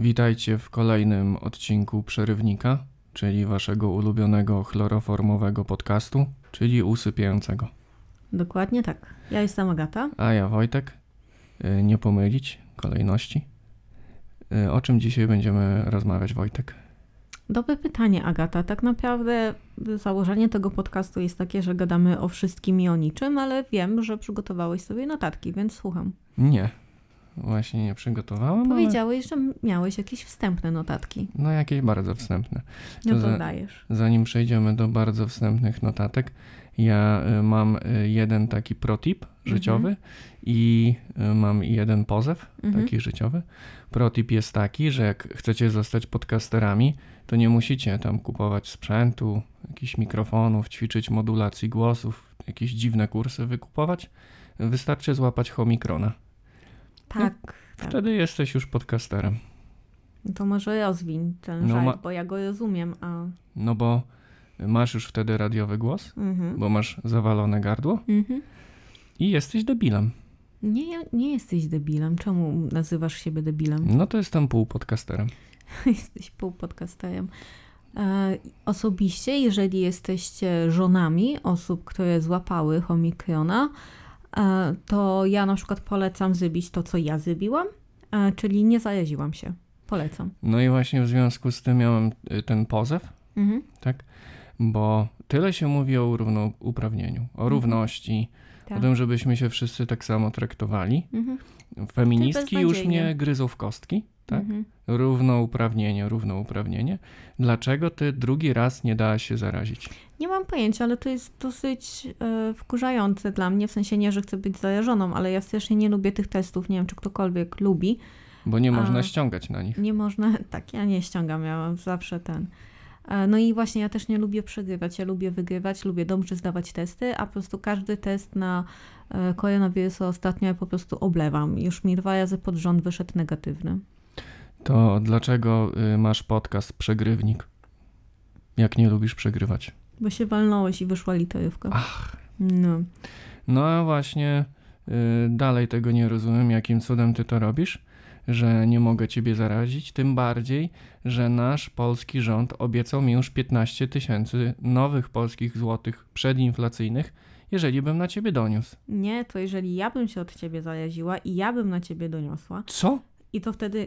Witajcie w kolejnym odcinku Przerywnika, czyli waszego ulubionego chloroformowego podcastu, czyli usypiającego. Dokładnie tak. Ja jestem Agata. A ja Wojtek. Nie pomylić kolejności. O czym dzisiaj będziemy rozmawiać, Wojtek? Dobre pytanie, Agata. Tak naprawdę założenie tego podcastu jest takie, że gadamy o wszystkim i o niczym, ale wiem, że przygotowałeś sobie notatki, więc słucham. Nie, właśnie nie przygotowałem. Powiedziałeś, że miałeś jakieś wstępne notatki. No jakieś bardzo wstępne. No to dajesz. Zanim przejdziemy do bardzo wstępnych notatek, ja mam jeden taki protip życiowy i mam jeden pozew taki życiowy. Protip jest taki, że jak chcecie zostać podcasterami, to nie musicie tam kupować sprzętu, jakichś mikrofonów, ćwiczyć modulacji głosów, jakieś dziwne kursy wykupować. Wystarczy złapać Homikrona. Tak. Wtedy jesteś już podcasterem. To może rozwiń ten żart, bo ja go rozumiem, a... No bo masz już wtedy radiowy głos, bo masz zawalone gardło i jesteś debilem. Nie jesteś debilem. Czemu nazywasz siebie debilem? No to jestem półpodcasterem. Jesteś półpodcasterem. Osobiście, jeżeli jesteście żonami osób, które złapały Homikrona, to ja na przykład polecam zrobić to, co ja zrobiła, czyli nie zaraziłam się. Polecam. No i właśnie w związku z tym miałem ten pozew, tak? Bo tyle się mówi o równouprawnieniu, o równości, o tym, żebyśmy się wszyscy tak samo traktowali. Feministki już mnie gryzą w kostki, tak? Równouprawnienie. Dlaczego ty drugi raz nie dałaś się zarazić? Nie mam pojęcia, ale to jest dosyć wkurzające dla mnie, w sensie nie, że chcę być zarażoną, ale ja strasznie nie lubię tych testów, nie wiem, czy ktokolwiek lubi. Bo nie można ściągać na nich. Nie można, tak, ja nie ściągam, ja mam zawsze ten. No i właśnie ja też nie lubię przegrywać, ja lubię wygrywać, lubię dobrze zdawać testy, a po prostu każdy test na koronawirusa ostatnio ja po prostu oblewam. Już mi 2 razy pod rząd wyszedł negatywny. To dlaczego masz podcast Przegrywnik, jak nie lubisz przegrywać? Bo się walnąłeś i wyszła literówka. Ach. No a właśnie dalej tego nie rozumiem, jakim cudem ty to robisz, że nie mogę ciebie zarazić, tym bardziej, że nasz polski rząd obiecał mi już 15 000 nowych polskich złotych przedinflacyjnych, jeżeli bym na ciebie doniósł. Nie, to jeżeli ja bym się od ciebie zaraziła i ja bym na ciebie doniosła. Co? I to wtedy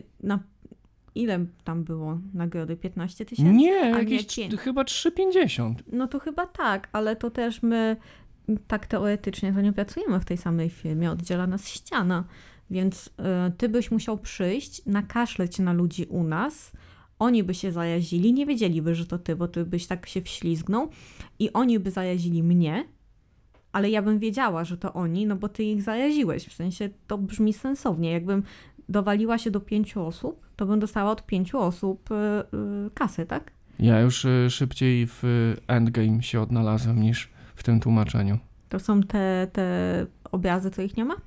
ile tam było nagrody? 15 000? Nie, jakieś chyba 3,50. No to chyba tak, ale to też my tak teoretycznie to nie pracujemy w tej samej firmie, oddziela nas ściana. Więc ty byś musiał przyjść, nakaszleć na ludzi u nas, oni by się zarazili, nie wiedzieliby, że to ty, bo ty byś tak się wślizgnął i oni by zarazili mnie, ale ja bym wiedziała, że to oni, no bo ty ich zaraziłeś, w sensie to brzmi sensownie. Jakbym dowaliła się do 5 osób, to bym dostała od 5 osób kasę, tak? Ja już szybciej w Endgame się odnalazłem niż w tym tłumaczeniu. To są te obrazy, co ich nie ma?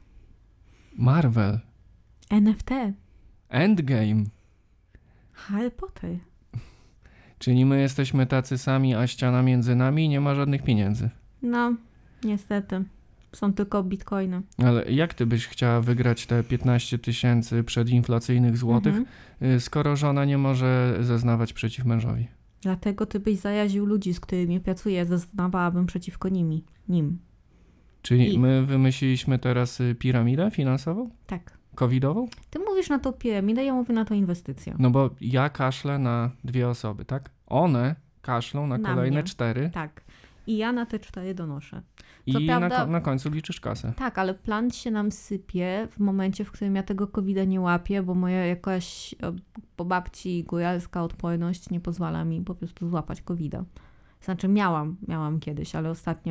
Marvel. NFT. Endgame. Harry Potter. Czyli my jesteśmy tacy sami, a ściana między nami i nie ma żadnych pieniędzy. No, niestety. Są tylko bitcoiny. Ale jak ty byś chciała wygrać te 15 000 przedinflacyjnych złotych, skoro żona nie może zeznawać przeciw mężowi? Dlatego ty byś zaraził ludzi, z którymi pracuję, zeznawałabym przeciwko nim. Czyli my wymyśliliśmy teraz piramidę finansową? Tak. Covidową? Ty mówisz na to piramidę, ja mówię na to inwestycja. No bo ja kaszlę na 2 osoby, tak? One kaszlą na kolejne mnie. 4. Tak. I ja na te 4 donoszę. Co prawda, na końcu liczysz kasę. Tak, ale plan się nam sypie w momencie, w którym ja tego COVID-a nie łapię, bo moja jakaś po babci góralska odporność nie pozwala mi po prostu złapać COVID-a. Znaczy miałam kiedyś, ale ostatnio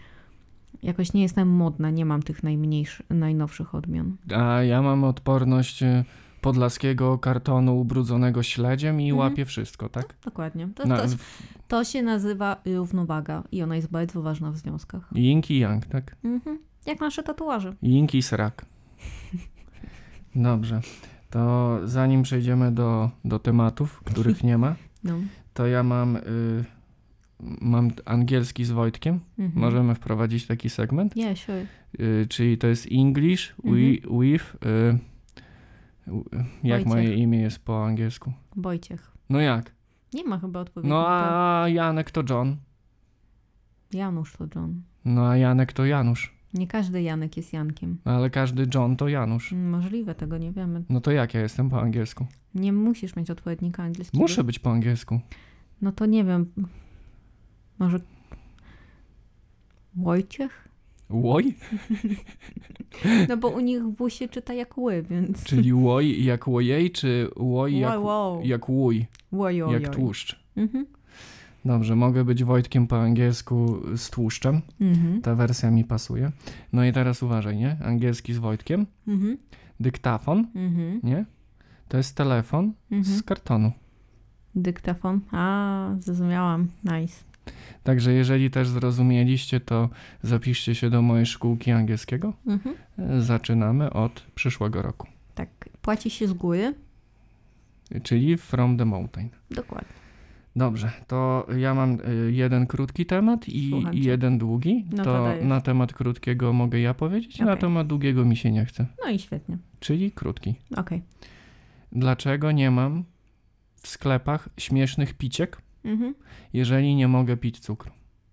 jakoś nie jestem modna, nie mam tych najnowszych odmian. A ja mam odporność podlaskiego kartonu ubrudzonego śledziem i łapię wszystko, tak? No, dokładnie. To się nazywa równowaga i ona jest bardzo ważna w związkach. Yin i yang, tak? Jak nasze tatuaże. Yin i srak. Dobrze. To zanim przejdziemy do tematów, których nie ma, to ja mam angielski z Wojtkiem. Możemy wprowadzić taki segment? Yeah, sure. Czyli to jest English with Jak Wojciech. moje imię jest po angielsku? Wojciech. No jak? Nie ma chyba odpowiedzi. No a Janek to John. Janusz to John. No a Janek to Janusz. Nie każdy Janek jest Jankiem. Ale każdy John to Janusz. Możliwe, tego nie wiemy. No to jak ja jestem po angielsku? Nie musisz mieć odpowiednika angielskiego. Muszę być po angielsku. No to nie wiem. Może Wojciech? Łoj? No bo u nich W się czyta jak ły, więc... Czyli łoj jak łojej, czy łoj jak łój, Łoj. jak tłuszcz. Mhm. Dobrze, mogę być Wojtkiem po angielsku z tłuszczem. Mhm. Ta wersja mi pasuje. No i teraz uważaj, nie? Angielski z Wojtkiem. Mhm. Dyktafon, Mhm. nie? To jest telefon Mhm. z kartonu. Dyktafon. A, zrozumiałam. Nice. Także jeżeli też zrozumieliście, to zapiszcie się do mojej szkółki angielskiego. Mhm. Zaczynamy od przyszłego roku. Tak, płaci się z góry. Czyli from the mountain. Dokładnie. Dobrze, to ja mam jeden krótki temat i Słucham cię. jeden długi. No to to dajesz. na temat krótkiego mogę ja powiedzieć, na Okej. temat długiego mi się nie chce. No i świetnie. Czyli krótki. Okej. Dlaczego nie mam w sklepach śmiesznych piciek, Mhm. jeżeli nie mogę pić cukru?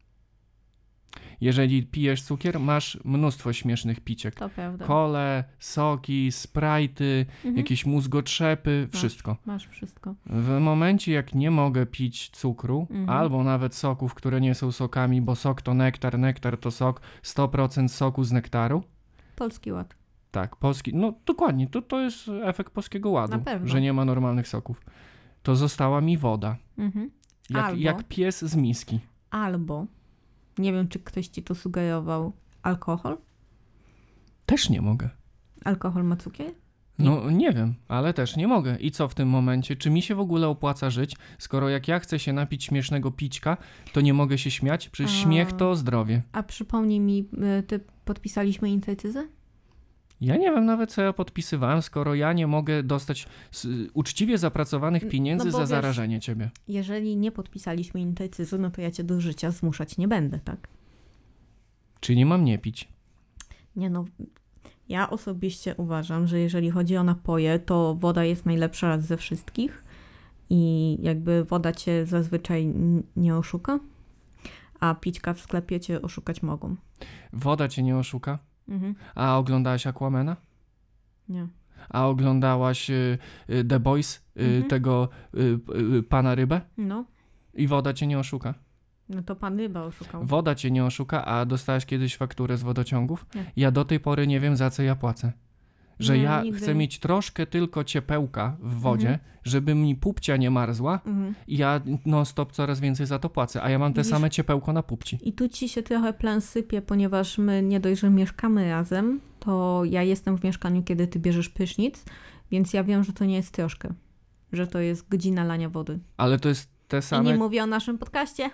Jeżeli pijesz cukier, masz mnóstwo śmiesznych piciek. To prawda. Kole, soki, sprajty, Mhm. jakieś mózgotrzepy, wszystko. Masz wszystko. W momencie, jak nie mogę pić cukru, albo nawet soków, które nie są sokami, bo sok to nektar, nektar to sok, 100% soku z nektaru. Polski Ład. Tak, polski, no dokładnie, to jest efekt polskiego ładu, Na pewno. że nie ma normalnych soków. To została mi woda, Mhm. jak pies z miski. Albo, nie wiem, czy ktoś ci to sugerował, alkohol? Też nie mogę. Alkohol ma cukier? No nie wiem, ale też nie mogę. I co w tym momencie? Czy mi się w ogóle opłaca żyć, skoro jak ja chcę się napić śmiesznego pićka, to nie mogę się śmiać? Przecież śmiech to zdrowie. A przypomnij mi, ty podpisaliśmy intercyzę? Ja nie wiem nawet, co ja podpisywałem, skoro ja nie mogę dostać uczciwie zapracowanych pieniędzy No bo za wiesz, zarażenie ciebie. Jeżeli nie podpisaliśmy intercyzy, no to ja cię do życia zmuszać nie będę, tak? Czyli mam nie pić. Nie no, ja osobiście uważam, że jeżeli chodzi o napoje, to woda jest najlepsza ze wszystkich i jakby woda cię zazwyczaj nie oszuka, a pićka w sklepie cię oszukać mogą. Woda cię nie oszuka? Mhm. A oglądałaś Aquamana? Nie. A oglądałaś The Boys, tego pana rybę? No, I woda cię nie oszuka? no to pan ryba oszukał. Woda cię nie oszuka, a dostałaś kiedyś fakturę z wodociągów? Nie. Ja do tej pory nie wiem, za co ja płacę. Że Nie, ja nigdy. chcę mieć troszkę tylko ciepełka w wodzie, żeby mi pupcia nie marzła i ja non stop coraz więcej za to płacę, a ja mam te Widzisz? same ciepełko na pupci. I tu ci się trochę plan sypie, ponieważ my nie dość, że mieszkamy razem, to ja jestem w mieszkaniu, kiedy ty bierzesz prysznic, więc ja wiem, że to nie jest troszkę, że to jest godzina lania wody. Ale to jest te I same... nie mówię o naszym podcaście.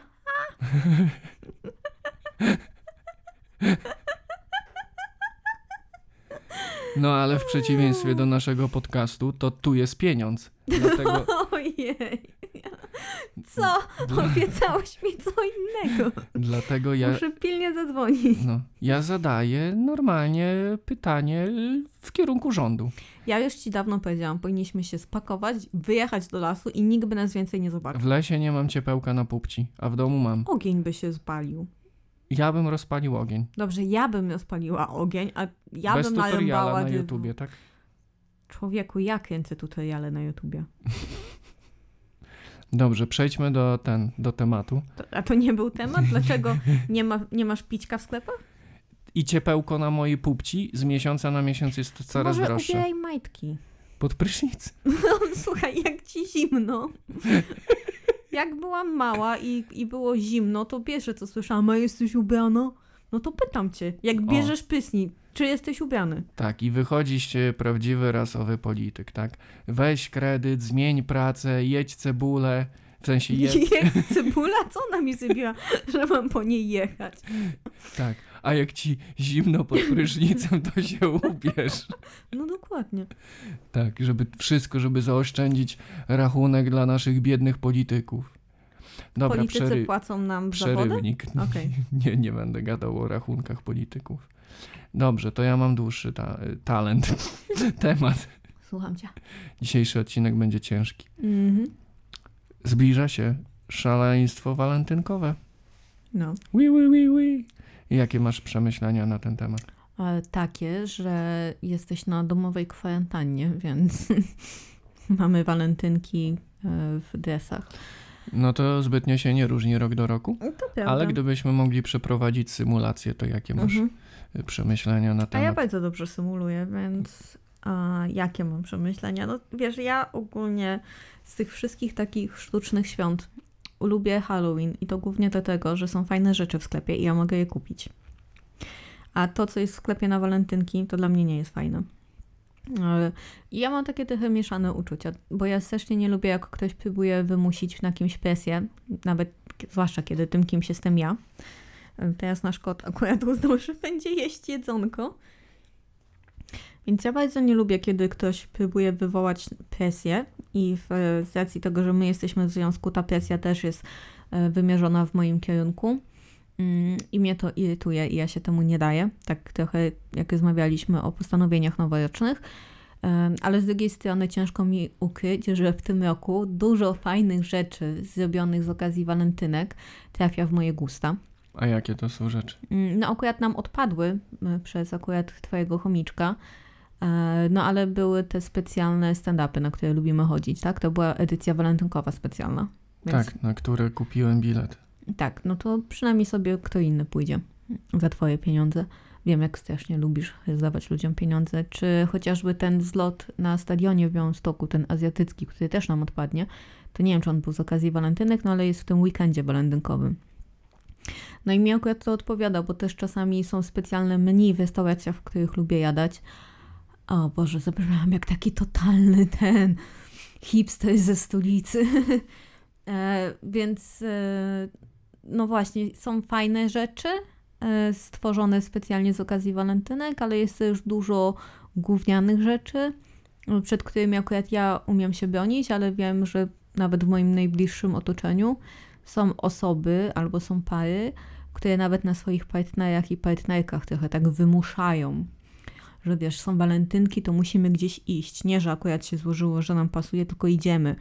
No ale w przeciwieństwie do naszego podcastu, to tu jest pieniądz. Dlatego... Ojej. Co? Obiecałeś mi co innego. Dlatego ja... Muszę pilnie zadzwonić. No, ja zadaję normalnie pytanie w kierunku rządu. Ja już ci dawno powiedziałam, powinniśmy się spakować, wyjechać do lasu i nikt by nas więcej nie zobaczył. W lesie nie mam ciepełka na pupci, a w domu mam. Ogień by się spalił. Ja bym rozpalił ogień. Dobrze, ja bym rozpaliła ogień, a ja Bez bym tutoriala narąbała... na YouTubie, tak? Człowieku, ja kręcę tutoriale na YouTubie. Dobrze, przejdźmy do tematu. A to nie był temat? Dlaczego nie masz pićka w sklepach? I ciepełko na mojej pupci z miesiąca na miesiąc jest coraz Może droższe. ubieraj majtki. Pod prysznic. Słuchaj, jak ci zimno. Jak byłam mała i było zimno, to pierwsze co słyszałam, a jesteś ubrana? No to pytam cię, jak bierzesz prysznic, czy jesteś ubrany? Tak, i wychodzisz prawdziwy rasowy polityk, tak? Weź kredyt, zmień pracę, jedź cebulę, w sensie jedz. Cebula? Co ona mi zrobiła, że mam po niej jechać? Tak, a jak ci zimno pod prysznicem, to się ubierz. No dokładnie. Tak, żeby zaoszczędzić rachunek dla naszych biednych polityków. Dobra, Politycy płacą nam za wodę? przerywnik. Okej. Nie będę gadał o rachunkach polityków. Dobrze, to ja mam dłuższy temat. Słucham cię. Dzisiejszy odcinek będzie ciężki. Mhm. Zbliża się szaleństwo walentynkowe. No. Wi. Jakie masz przemyślenia na ten temat? Takie, że jesteś na domowej kwarantannie, więc mamy walentynki w dresach. No to zbytnio się nie różni rok do roku, To prawda. ale gdybyśmy mogli przeprowadzić symulację, to jakie masz przemyślenia na A temat? ja bardzo dobrze symuluję, więc jakie mam przemyślenia? No wiesz, ja ogólnie z tych wszystkich takich sztucznych świąt lubię Halloween i to głównie dlatego, że są fajne rzeczy w sklepie i ja mogę je kupić. A to, co jest w sklepie na walentynki, to dla mnie nie jest fajne. I ja mam takie trochę mieszane uczucia, bo ja strasznie nie lubię, jak ktoś próbuje wymusić na kimś presję, nawet zwłaszcza kiedy tym kimś jestem ja. Teraz nasz kot akurat uznał, że będzie jeść jedzonko. Więc ja bardzo nie lubię, kiedy ktoś próbuje wywołać presję i z racji tego, że my jesteśmy w związku, ta presja też jest wymierzona w moim kierunku. I mnie to irytuje i ja się temu nie daję. Tak trochę jak rozmawialiśmy o postanowieniach noworocznych. Ale z drugiej strony ciężko mi ukryć, że w tym roku dużo fajnych rzeczy zrobionych z okazji walentynek trafia w moje gusta. A jakie to są rzeczy? No akurat nam odpadły przez akurat twojego chomiczka. No ale były te specjalne stand-upy, na które lubimy chodzić, tak? To była edycja walentynkowa specjalna. Więc... Tak, na które kupiłem bilet. Tak, no to przynajmniej sobie kto inny pójdzie za twoje pieniądze. Wiem, jak strasznie lubisz zdawać ludziom pieniądze. Czy chociażby ten zlot na stadionie w Białymstoku, ten azjatycki, który też nam odpadnie, to nie wiem, czy on był z okazji walentynek, no ale jest w tym weekendzie walentynkowym. No i mi akurat to odpowiada, bo też czasami są specjalne menu w restauracjach, w których lubię jadać. O Boże, zabrzmiałam jak taki totalny ten hipster ze stolicy. Więc no właśnie, są fajne rzeczy stworzone specjalnie z okazji walentynek, ale jest też dużo gównianych rzeczy, przed którymi akurat ja umiem się bronić, ale wiem, że nawet w moim najbliższym otoczeniu są osoby albo są pary, które nawet na swoich partnerach i partnerkach trochę tak wymuszają, że wiesz, są walentynki, to musimy gdzieś iść. Nie, że akurat się złożyło, że nam pasuje, tylko idziemy.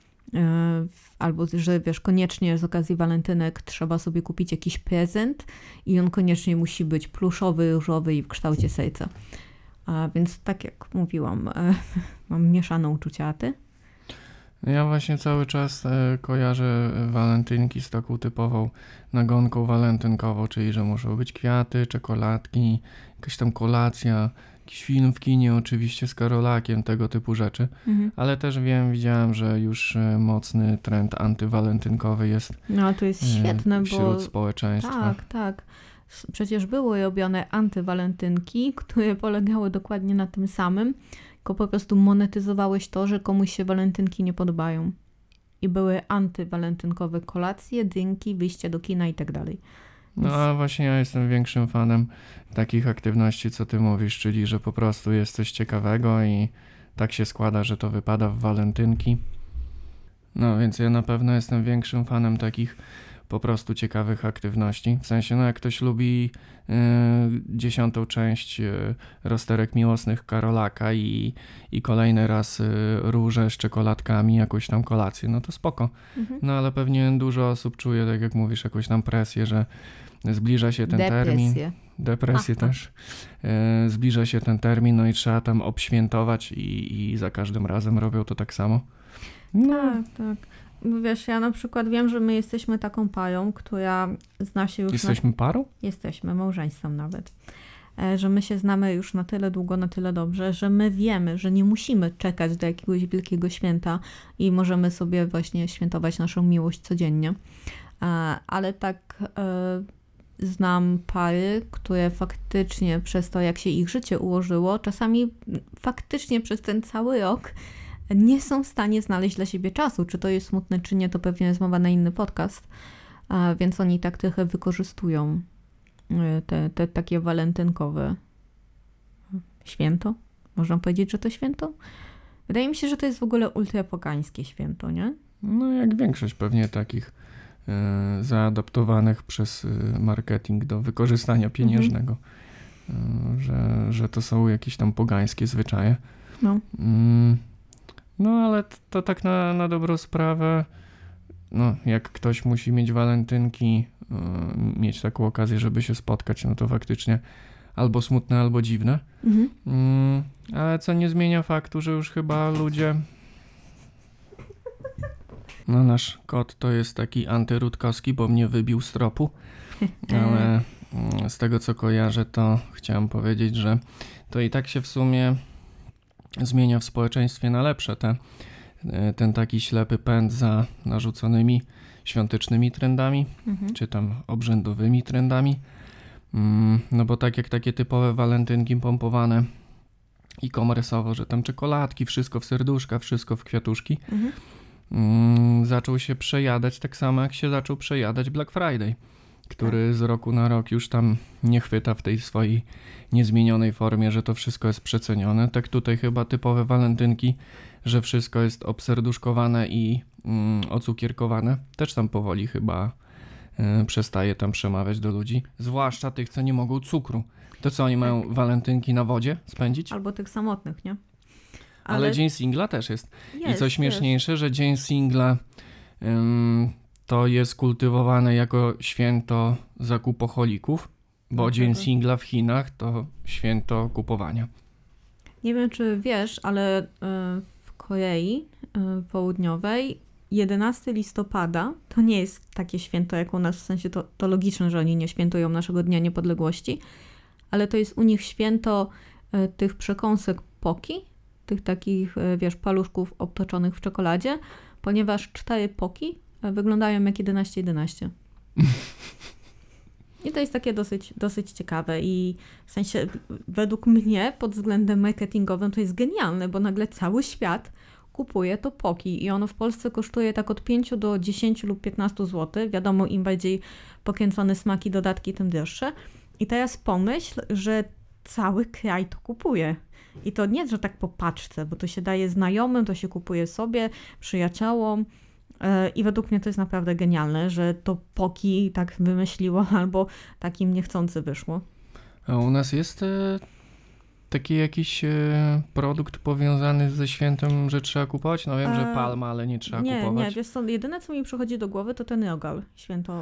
Albo, że wiesz, koniecznie z okazji walentynek trzeba sobie kupić jakiś prezent i on koniecznie musi być pluszowy, różowy i w kształcie serca. Więc tak jak mówiłam, mam mieszane uczucia, a ty? Ja właśnie cały czas kojarzę walentynki z taką typową nagonką walentynkową, czyli że muszą być kwiaty, czekoladki, jakaś tam kolacja, jakiś film w kinie oczywiście z Karolakiem, tego typu rzeczy, ale też widziałem, że już mocny trend antywalentynkowy jest no, to jest świetne, wśród społeczeństwa. Tak. Przecież były robione antywalentynki, które polegały dokładnie na tym samym, tylko po prostu monetyzowałeś to, że komuś się walentynki nie podobają. I były antywalentynkowe kolacje, drinki, wyjście do kina i tak dalej. No a właśnie ja jestem większym fanem takich aktywności, co ty mówisz, czyli że po prostu jest coś ciekawego i tak się składa, że to wypada w walentynki. No więc ja na pewno jestem większym fanem takich po prostu ciekawych aktywności. W sensie, no jak ktoś lubi 10. część rozterek miłosnych Karolaka i kolejny raz róże z czekoladkami, jakąś tam kolację, no to spoko. No ale pewnie dużo osób czuje, tak jak mówisz, jakąś tam presję, że zbliża się ten termin. Depresję też. Zbliża się ten termin, no i trzeba tam obświętować i za każdym razem robią to tak samo. No. Tak. Wiesz, ja na przykład wiem, że my jesteśmy taką parą, która zna się już... Jesteśmy parą? Jesteśmy, małżeństwem nawet. Że my się znamy już na tyle długo, na tyle dobrze, że my wiemy, że nie musimy czekać do jakiegoś wielkiego święta i możemy sobie właśnie świętować naszą miłość codziennie. Ale tak znam pary, które faktycznie przez to, jak się ich życie ułożyło, czasami faktycznie przez ten cały rok nie są w stanie znaleźć dla siebie czasu. Czy to jest smutne, czy nie, to pewnie jest mowa na inny podcast. Więc oni tak trochę wykorzystują te takie walentynkowe święto. Można powiedzieć, że to święto? Wydaje mi się, że to jest w ogóle ultrapogańskie święto, nie? No jak większość pewnie takich zaadaptowanych przez marketing do wykorzystania pieniężnego. Że to są jakieś tam pogańskie zwyczaje. No. No ale to tak na dobrą sprawę, no jak ktoś musi mieć walentynki, mieć taką okazję, żeby się spotkać, no to faktycznie albo smutne, albo dziwne. Ale co nie zmienia faktu, że już chyba ludzie... No nasz kot to jest taki antyrutkowski, bo mnie wybił z tropu, ale z tego co kojarzę, to chciałem powiedzieć, że to i tak się w sumie zmienia w społeczeństwie na lepsze. Ten taki ślepy pęd za narzuconymi świątecznymi trendami, czy tam obrzędowymi trendami. No bo tak jak takie typowe walentynki pompowane e-commerce'owo, że tam czekoladki, wszystko w serduszka, wszystko w kwiatuszki, zaczął się przejadać tak samo jak się zaczął przejadać Black Friday, który z roku na rok już tam nie chwyta w tej swojej niezmienionej formie, że to wszystko jest przecenione. Tak tutaj chyba typowe walentynki, że wszystko jest obserduszkowane i ocukierkowane, też tam powoli chyba przestaje tam przemawiać do ludzi, zwłaszcza tych, co nie mogą cukru. To co, oni mają walentynki na wodzie spędzić? Albo tych samotnych, nie? Ale dzień singla też jest. I co śmieszniejsze, że dzień singla to jest kultywowane jako święto zakupoholików, bo dzień singla w Chinach to święto kupowania. Nie wiem, czy wiesz, ale w Korei Południowej 11 listopada to nie jest takie święto jak u nas, w sensie to logiczne, że oni nie świętują naszego Dnia Niepodległości, ale to jest u nich święto tych przekąsek poki, tych takich, wiesz, paluszków obtoczonych w czekoladzie, ponieważ 4 poki wyglądają jak 11. I to jest takie dosyć ciekawe i w sensie według mnie pod względem marketingowym to jest genialne, bo nagle cały świat kupuje to poki i ono w Polsce kosztuje tak od 5 do 10 lub 15 zł. Wiadomo, im bardziej pokręcone smaki, dodatki, tym droższe. I teraz pomyśl, że cały kraj to kupuje. I to nie, że tak po paczce, bo to się daje znajomym, to się kupuje sobie, przyjaciołom. I według mnie to jest naprawdę genialne, że to poki tak wymyśliło albo takim niechcący wyszło. A u nas jest taki jakiś produkt powiązany ze świętem, że trzeba kupować? No wiem, że palma, ale nie trzeba kupować. Nie, wiesz co, jedyne co mi przychodzi do głowy to ten rogal, święto.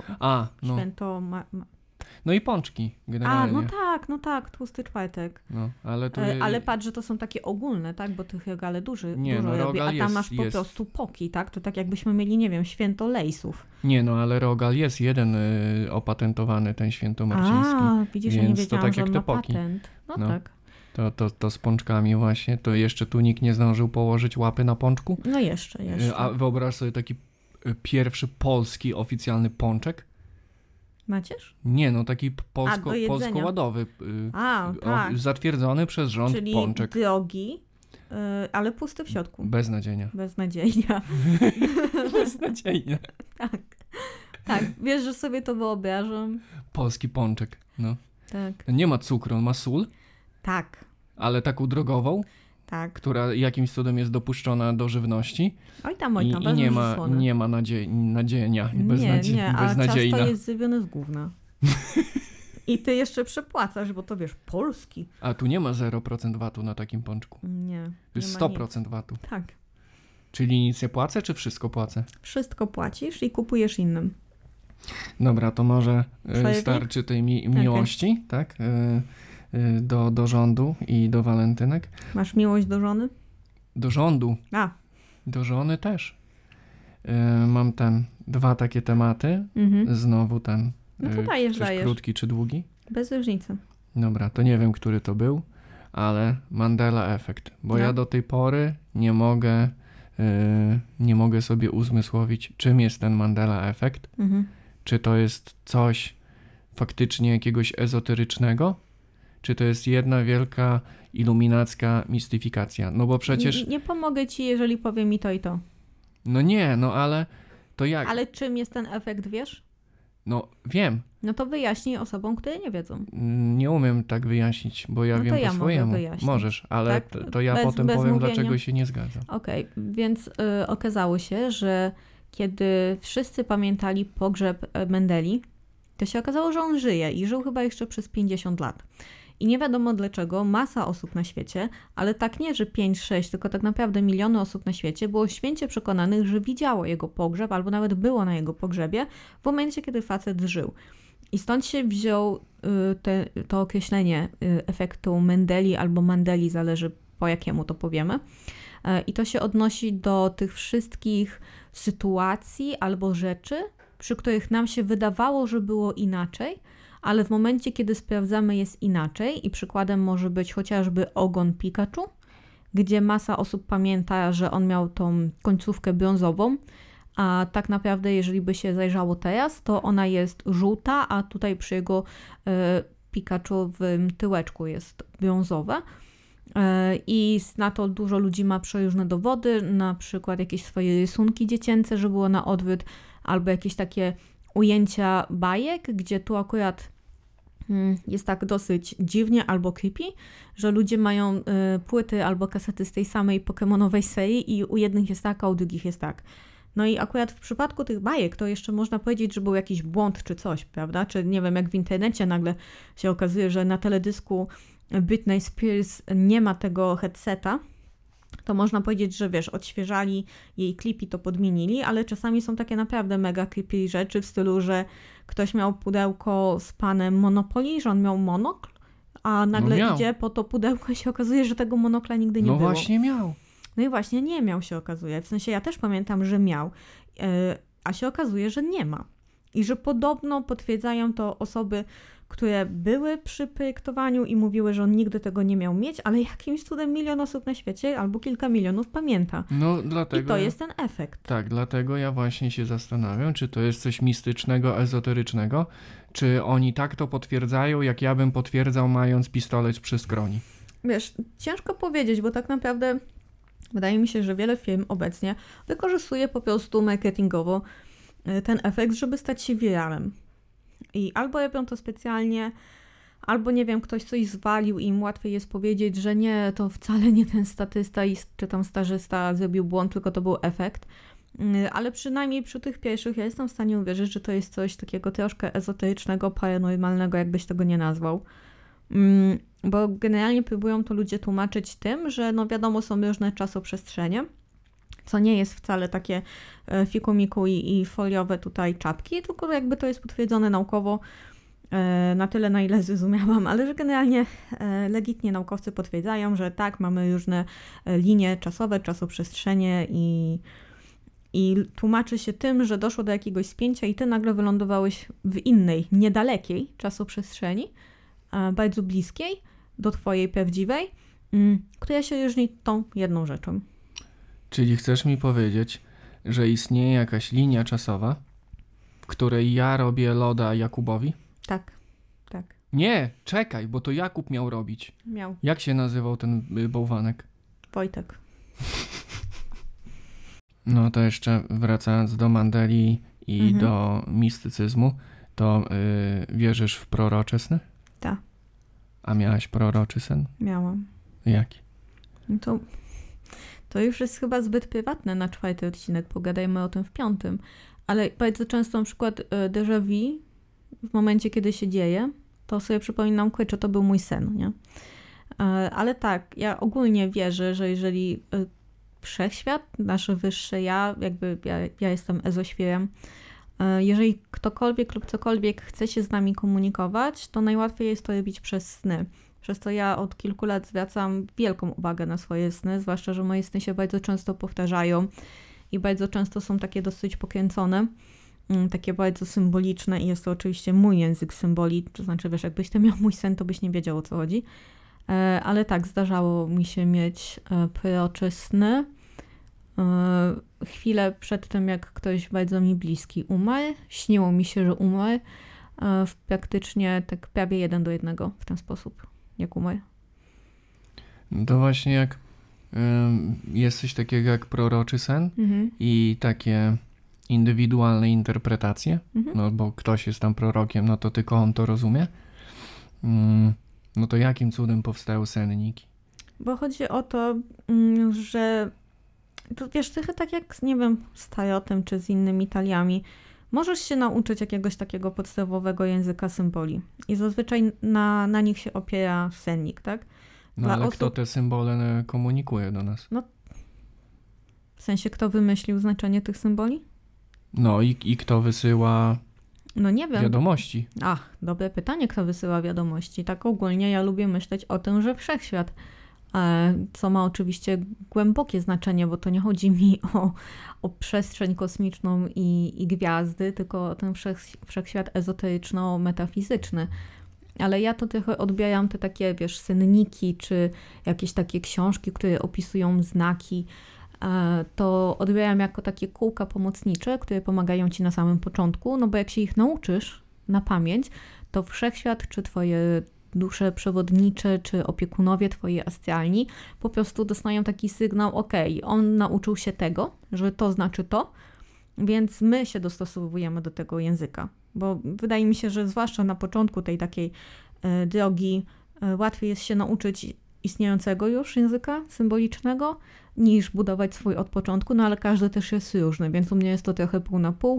No i pączki generalnie. No tak, tłusty czwartek. No, ale ale patrz, że to są takie ogólne, tak, bo tych rogale dużo no, robi, a tam jest, masz po prostu poki, tak, to tak jakbyśmy mieli, nie wiem, święto lejsów. Nie, no ale rogal jest jeden opatentowany, ten świętomarciński. Widzisz, ja nie wiedziałam, to tak że jak on te ma poki. patent. No tak. To z pączkami właśnie, to jeszcze tu nikt nie zdążył położyć łapy na pączku. No jeszcze. A wyobraź sobie taki pierwszy polski oficjalny pączek. Macierz? Nie, no taki polsko-ładowy. Tak. Zatwierdzony przez rząd czyli pączek. Czyli drogi, ale pusty w środku. Beznadziejnie. Beznadziejnie. Beznadziejnie. Tak, wiesz, że sobie to wyobrażam. Polski pączek, no. Tak. Nie ma cukru, on ma sól. Tak. Ale taką drogową. Tak. Która jakimś cudem jest dopuszczona do żywności. Oj tam, I nie ma nadzienia. Nie, a ciasto jest zrobione z gówna. I ty jeszcze przepłacasz, bo to wiesz, polski. A tu nie ma 0% VAT-u na takim pączku. Nie. To jest 100% VAT-u. Tak. Czyli nic nie płacę, czy wszystko płacę? Wszystko płacisz i kupujesz innym. Dobra, to może starczy tej miłości, tak? Do rządu i do walentynek. Masz miłość do żony? Do rządu. Do żony też. Mam 2 takie tematy. Znowu No to dajesz. Krótki czy długi? Bez różnicy. Dobra, to nie wiem, który to był, ale Mandela efekt. Bo ja do tej pory nie mogę sobie uzmysłowić, czym jest ten Mandela efekt. Czy to jest coś faktycznie jakiegoś ezoterycznego, czy to jest jedna wielka iluminacka mistyfikacja. No bo przecież... Nie pomogę ci, jeżeli powiem mi to i to. No nie, no ale to jak? Ale czym jest ten efekt, wiesz? No wiem. No to wyjaśnij osobom, które nie wiedzą. Nie umiem tak wyjaśnić, bo ja wiem po swojemu. Możesz, ale tak? to ja potem powiem, mówienia. Dlaczego się nie zgadzam. Okej, więc okazało się, że kiedy wszyscy pamiętali pogrzeb Mendeli, to się okazało, że on żyje i żył chyba jeszcze przez 50 lat. I nie wiadomo dlaczego masa osób na świecie, ale tak nie, że 5-6, tylko tak naprawdę miliony osób na świecie było święcie przekonanych, że widziało jego pogrzeb albo nawet było na jego pogrzebie w momencie, kiedy facet żył. I stąd się wziął to określenie efektu Mendeli albo Mandeli, zależy po jakiemu to powiemy. I to się odnosi do tych wszystkich sytuacji albo rzeczy, przy których nam się wydawało, że było inaczej, ale w momencie, kiedy sprawdzamy, jest inaczej. I przykładem może być chociażby ogon Pikachu, gdzie masa osób pamięta, że on miał tą końcówkę brązową, a tak naprawdę, jeżeli by się zajrzało teraz, to ona jest żółta, a tutaj przy jego Pikachu w tyłeczku jest brązowa. I na to dużo ludzi ma przeróżne dowody, na przykład jakieś swoje rysunki dziecięce, że było na odwrót, albo jakieś takie ujęcia bajek, gdzie tu akurat jest tak dosyć dziwnie albo creepy, że ludzie mają płyty albo kasety z tej samej pokemonowej serii i u jednych jest tak, a u drugich jest tak. No i akurat w przypadku tych bajek to jeszcze można powiedzieć, że był jakiś błąd czy coś, prawda? Czy nie wiem, jak w internecie nagle się okazuje, że na teledysku Britney Spears nie ma tego headseta, to można powiedzieć, że wiesz, odświeżali jej klip i to podmienili, ale czasami są takie naprawdę mega creepy rzeczy w stylu, że ktoś miał pudełko z panem Monopoly, że on miał monokl, a nagle idzie po to pudełko i się okazuje, że tego monokla nigdy nie było. No właśnie miał. No i właśnie nie miał, się okazuje. W sensie ja też pamiętam, że miał, a się okazuje, że nie ma. I że podobno potwierdzają to osoby, które były przy projektowaniu i mówiły, że on nigdy tego nie miał mieć, ale jakimś cudem milion osób na świecie albo kilka milionów pamięta. No dlatego. I to jest ten efekt. Tak, dlatego ja właśnie się zastanawiam, czy to jest coś mistycznego, ezoterycznego, czy oni tak to potwierdzają, jak ja bym potwierdzał, mając pistolet przy skroni. Wiesz, ciężko powiedzieć, bo tak naprawdę wydaje mi się, że wiele firm obecnie wykorzystuje po prostu marketingowo ten efekt, żeby stać się wiralem. I albo robią to specjalnie, albo nie wiem, ktoś coś zwalił i im łatwiej jest powiedzieć, że nie, to wcale nie ten statysta czy tam stażysta zrobił błąd, tylko to był efekt. Ale przynajmniej przy tych pierwszych ja jestem w stanie uwierzyć, że to jest coś takiego troszkę ezoterycznego, paranormalnego, jakbyś tego nie nazwał. Bo generalnie próbują to ludzie tłumaczyć tym, że no wiadomo, są różne czasoprzestrzenie, co nie jest wcale takie fikumiku i foliowe tutaj czapki, tylko jakby to jest potwierdzone naukowo na tyle, na ile zrozumiałam, ale że generalnie legitnie naukowcy potwierdzają, że tak, mamy różne linie czasowe, czasoprzestrzenie i tłumaczy się tym, że doszło do jakiegoś spięcia i ty nagle wylądowałeś w innej, niedalekiej czasoprzestrzeni, bardzo bliskiej do twojej prawdziwej, która się różni tą jedną rzeczą. Czyli chcesz mi powiedzieć, że istnieje jakaś linia czasowa, w której ja robię loda Jakubowi? Tak, tak. Nie, czekaj, bo to Jakub miał robić. Miał. Jak się nazywał ten bałwanek? Wojtek. No to jeszcze wracając do Mandeli i do mistycyzmu, to wierzysz w proroczy sny? Tak. A miałaś proroczy sen? Miałam. Jaki? No to już jest chyba zbyt prywatne na 4. odcinek, pogadajmy o tym w 5. Ale bardzo często na przykład déjà vu, w momencie kiedy się dzieje, to sobie przypominam, kurczę, to był mój sen, nie? Ale tak, ja ogólnie wierzę, że jeżeli wszechświat, nasze wyższe ja, jakby ja jestem ezoświrem, jeżeli ktokolwiek lub cokolwiek chce się z nami komunikować, to najłatwiej jest to robić przez sny. Przez to ja od kilku lat zwracam wielką uwagę na swoje sny, zwłaszcza, że moje sny się bardzo często powtarzają i bardzo często są takie dosyć pokręcone, takie bardzo symboliczne i jest to oczywiście mój język symboli, to znaczy, wiesz, jakbyś ty miał mój sen, to byś nie wiedział, o co chodzi. Ale tak, zdarzało mi się mieć prorocze sny. Chwilę przed tym, jak ktoś bardzo mi bliski umarł, śniło mi się, że umarł, praktycznie tak prawie 1:1 w ten sposób, jak umarł. No to właśnie jak jest coś takiego jak proroczy sen i takie indywidualne interpretacje, no bo ktoś jest tam prorokiem, no to tylko on to rozumie. No to jakim cudem powstały senniki? Bo chodzi o to, że to wiesz, trochę tak jak, nie wiem, z tarotem czy z innymi taliami, Możesz się nauczyć jakiegoś takiego podstawowego języka symboli i zazwyczaj na nich się opiera sennik, tak? No ale kto te symbole komunikuje do nas? No, w sensie kto wymyślił znaczenie tych symboli? No i kto wysyła No nie wiem. wiadomości? Ach, dobre pytanie, kto wysyła wiadomości. Tak ogólnie ja lubię myśleć o tym, że wszechświat, co ma oczywiście głębokie znaczenie, bo to nie chodzi mi o przestrzeń kosmiczną i gwiazdy, tylko o ten wszechświat ezoteryczno-metafizyczny. Ale ja to trochę odbieram te takie, wiesz, senniki, czy jakieś takie książki, które opisują znaki, to odbieram jako takie kółka pomocnicze, które pomagają ci na samym początku, no bo jak się ich nauczysz na pamięć, to wszechświat, czy twoje dusze przewodnicze, czy opiekunowie twoi astralni po prostu dostają taki sygnał, on nauczył się tego, że to znaczy to, więc my się dostosowujemy do tego języka. Bo wydaje mi się, że zwłaszcza na początku tej takiej drogi łatwiej jest się nauczyć istniejącego już języka symbolicznego, niż budować swój od początku, no ale każdy też jest różny, więc u mnie jest to trochę pół na pół.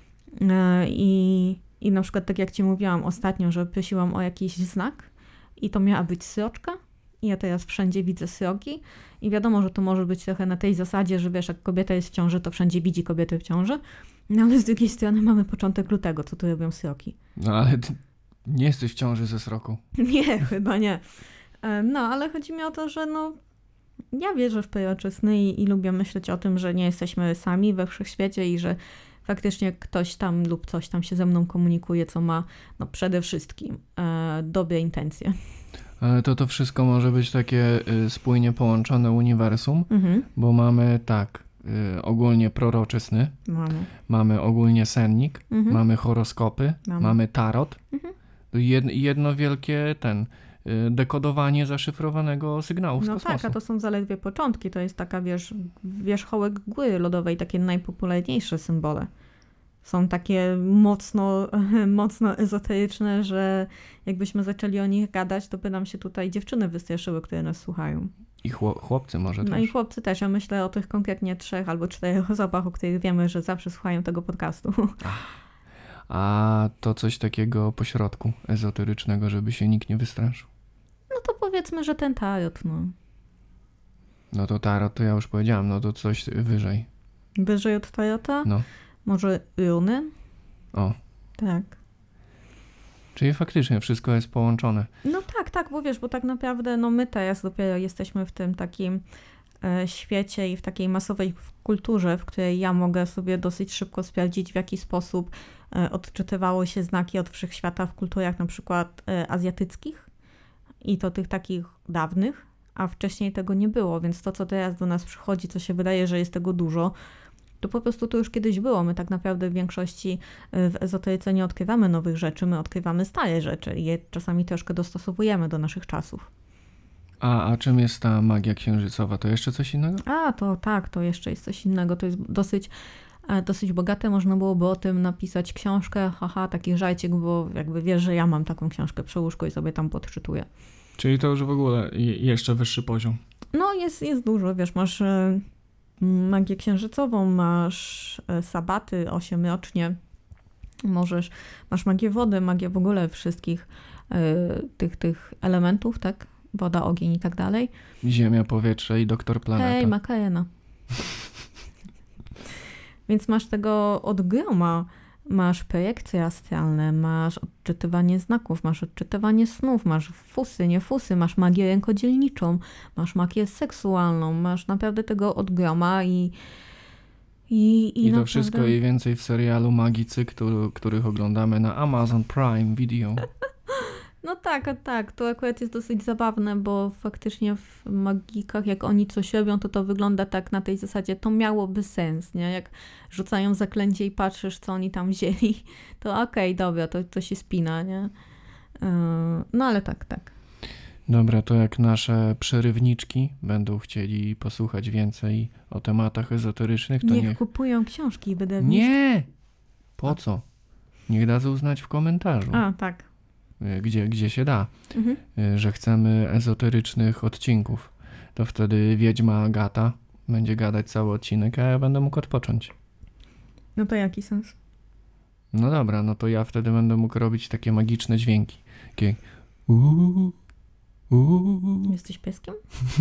I na przykład tak jak ci mówiłam ostatnio, że prosiłam o jakiś znak i to miała być sroczka i ja teraz wszędzie widzę sroki i wiadomo, że to może być trochę na tej zasadzie, że wiesz, jak kobieta jest w ciąży, to wszędzie widzi kobietę w ciąży, no ale z drugiej strony mamy początek lutego, co tu robią sroki. No ale ty nie jesteś w ciąży ze sroką. Nie, chyba nie. No, ale chodzi mi o to, że ja wierzę w proroczysny i lubię myśleć o tym, że nie jesteśmy sami we wszechświecie i że faktycznie ktoś tam lub coś tam się ze mną komunikuje, co ma przede wszystkim dobre intencje. Ale to wszystko może być takie spójnie połączone uniwersum, bo mamy ogólnie proroczysny, mamy ogólnie sennik, mamy horoskopy, mamy tarot, jedno wielkie dekodowanie zaszyfrowanego sygnału z kosmosu. No tak, a to są zaledwie początki, to jest taka, wierzchołek góry lodowej, takie najpopularniejsze symbole. Są takie mocno ezoteryczne, że jakbyśmy zaczęli o nich gadać, to by nam się tutaj dziewczyny wystraszyły, które nas słuchają. I chłopcy może też. No i chłopcy też. Ja myślę o tych konkretnie 3 albo 4 osobach, o których wiemy, że zawsze słuchają tego podcastu. A to coś takiego pośrodku ezoterycznego, żeby się nikt nie wystraszył. No to powiedzmy, że ten tarot, No to tarot, to ja już powiedziałam, no to coś wyżej. Wyżej od tarota? No. Może runy? O. Tak. Czyli faktycznie wszystko jest połączone. No tak, bo tak naprawdę my teraz dopiero jesteśmy w tym takim świecie i w takiej masowej kulturze, w której ja mogę sobie dosyć szybko sprawdzić, w jaki sposób odczytywało się znaki od wszechświata w kulturach na przykład azjatyckich i to tych takich dawnych, a wcześniej tego nie było, więc to, co teraz do nas przychodzi, co się wydaje, że jest tego dużo, to po prostu to już kiedyś było. My tak naprawdę w większości w ezoteryce nie odkrywamy nowych rzeczy, my odkrywamy stare rzeczy i je czasami troszkę dostosowujemy do naszych czasów. A czym jest ta magia księżycowa? To jeszcze coś innego? To jeszcze jest coś innego. To jest dosyć bogate. Można byłoby o tym napisać książkę. Taki żarcik, bo jakby wiesz, że ja mam taką książkę przy łóżku i sobie tam podczytuję. Czyli to już w ogóle jeszcze wyższy poziom. No jest dużo, wiesz, masz magię księżycową, masz sabaty 8-rocznie, masz magię wody, magię w ogóle wszystkich tych elementów, tak? Woda, ogień i tak dalej. Ziemia, powietrze i doktor planeta. Hej, Makarena. Więc masz tego od groma. Masz projekcje astralne, masz odczytywanie znaków, masz odczytywanie snów, masz fusy, nie fusy, masz magię rękodzielniczą, masz magię seksualną, masz naprawdę tego od groma i to naprawdę... wszystko i więcej w serialu Magicy, których oglądamy na Amazon Prime Video. No tak, to akurat jest dosyć zabawne, bo faktycznie w magikach, jak oni coś robią, to wygląda tak na tej zasadzie, to miałoby sens, nie? Jak rzucają zaklęcie i patrzysz, co oni tam wzięli, to okej, dobra, to się spina, nie? No ale tak. Dobra, to jak nasze przerywniczki będą chcieli posłuchać więcej o tematach ezoterycznych, to niech kupują książki wydawnictw. Nie! Po co? Niech dadzą znać w komentarzu. Tak. Gdzie się da, że chcemy ezoterycznych odcinków. To wtedy wiedźma Agata będzie gadać cały odcinek, a ja będę mógł odpocząć. No to jaki sens? No dobra, no to ja wtedy będę mógł robić takie magiczne dźwięki. Takie uuu, uuu. Jesteś pieskiem?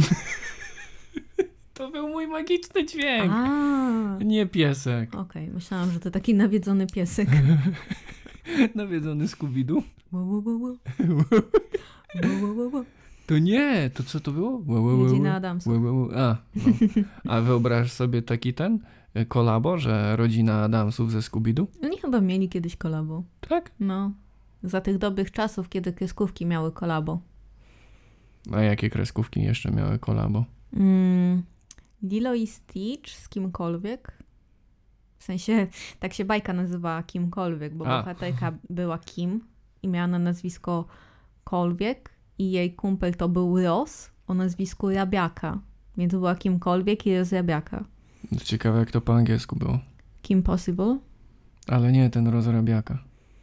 To był mój magiczny dźwięk. A, Nie piesek. okej, myślałam, że to taki nawiedzony piesek. Nawiedzony Scooby-Doo. Wo, wo, wo, wo. Wo, wo, wo, wo. To nie, to co to było? Rodzina Adamsów. A, no. A wyobraź sobie taki kolabo, że rodzina Adamsów ze Scooby-Doo? Oni chyba mieli kiedyś kolabo. Tak? No, za tych dobrych czasów, kiedy kreskówki miały kolabo. A jakie kreskówki jeszcze miały kolabo? Lilo i Stitch z kimkolwiek. W sensie, tak się bajka nazywała Kimkolwiek, bo bohaterka była Kim i miała na nazwisko Kolwiek i jej kumpel to był Ross o nazwisku Rabiaka. Więc była Kimkolwiek i Ross Rabiaka. Ciekawe jak to po angielsku było. Kim Possible? Ale nie ten rozrabiaka.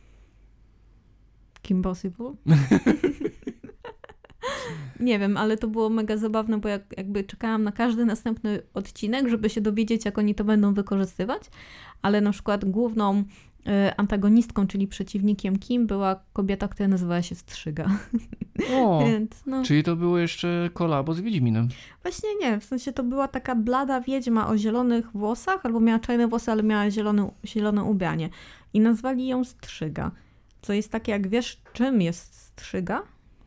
Kim Possible? Nie wiem, ale to było mega zabawne, bo jakby czekałam na każdy następny odcinek, żeby się dowiedzieć, jak oni to będą wykorzystywać, ale na przykład główną antagonistką, czyli przeciwnikiem Kim była kobieta, która nazywała się Strzyga. O, Więc, no. czyli to było jeszcze kolabo z Wiedźminem. Właśnie nie, w sensie to była taka blada wiedźma o zielonych włosach, albo miała czarne włosy, ale miała zielone ubranie. I nazwali ją Strzyga. Co jest takie, jak wiesz, czym jest Strzyga?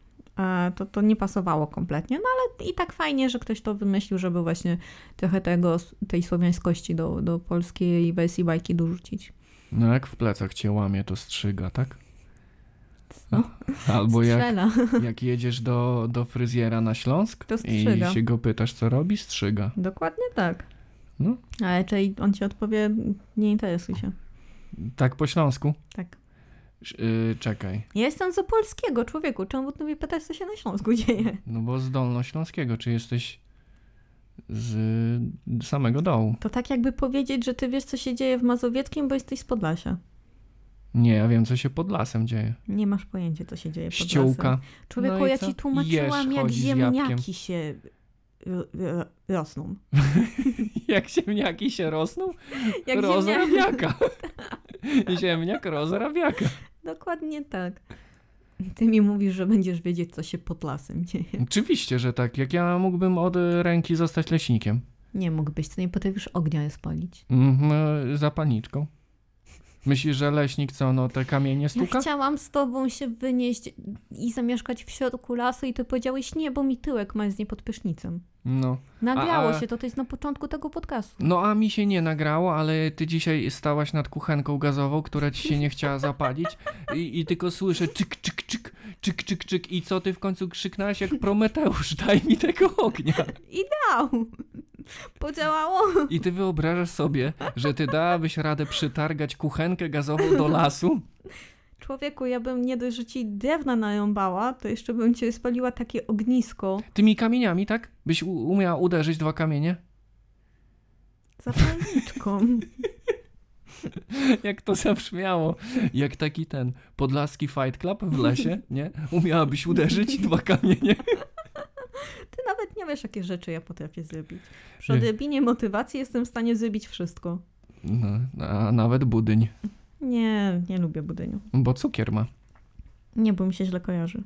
To nie pasowało kompletnie, no ale i tak fajnie, że ktoś to wymyślił, żeby właśnie trochę tej słowiańskości do polskiej wersji bajki dorzucić. No jak w plecach cię łamie, to strzyga, tak? Co? Albo Strzela. jak jedziesz do fryzjera na Śląsk To i strzyga. się go pytasz, co robi, strzyga. Dokładnie tak. No. Ale czyli on ci odpowie, nie interesuj się. Tak po śląsku? Tak. Czekaj. Ja jestem z opolskiego, człowieku. Czemu ty mnie pytasz, co się na Śląsku dzieje? No bo z dolnośląskiego. Czy jesteś z samego dołu? To tak jakby powiedzieć, że ty wiesz, co się dzieje w Mazowieckim, bo jesteś z Podlasia. Nie, ja wiem, co się pod lasem dzieje. Nie masz pojęcia, co się dzieje pod Ściółka. lasem. Człowieku, No i ja co? ci tłumaczyłam, Jesz, jak chodzi z jabłkiem. ziemniaki się rosną. Jak ziemniaki się rosną? Jak Rozrabiaka. Ziemniak rozrabiaka. Dokładnie tak. Ty mi mówisz, że będziesz wiedzieć, co się pod lasem dzieje. Oczywiście, że tak. Jak ja mógłbym od ręki zostać leśnikiem. Nie mógłbyś, to nie potrafisz ognia spalić. Zapalniczką. Myślisz, że leśnik co, no te kamienie stuka? Ja chciałam z tobą się wynieść i zamieszkać w środku lasu i ty powiedziałeś nie, bo mi tyłek marznie pod prysznicem. No. Nagrało się, to jest na początku tego podcastu. No a mi się nie nagrało, ale ty dzisiaj stałaś nad kuchenką gazową, która ci się nie chciała zapalić i tylko słyszę czyk, czyk, czyk, czyk, czyk, czyk i co ty w końcu krzyknąłeś jak Prometeusz, daj mi tego ognia. I dał! Podziałało? I ty wyobrażasz sobie, że ty dałabyś radę przytargać kuchenkę gazową do lasu? Człowieku, ja bym nie dość, że ci drewna narąbała, to jeszcze bym cię spaliła takie ognisko. Tymi kamieniami, tak? Byś umiała uderzyć 2 kamienie? Zapalniczką. Jak to zabrzmiało. Jak taki podlaski Fight Club w lesie, nie? Umiałabyś uderzyć 2 kamienie. Ty nawet nie wiesz, jakie rzeczy ja potrafię zrobić. Przy odrobinie motywacji jestem w stanie zrobić wszystko. No, a nawet budyń. Nie lubię budyniu. Bo cukier ma. Nie, bo mi się źle kojarzy.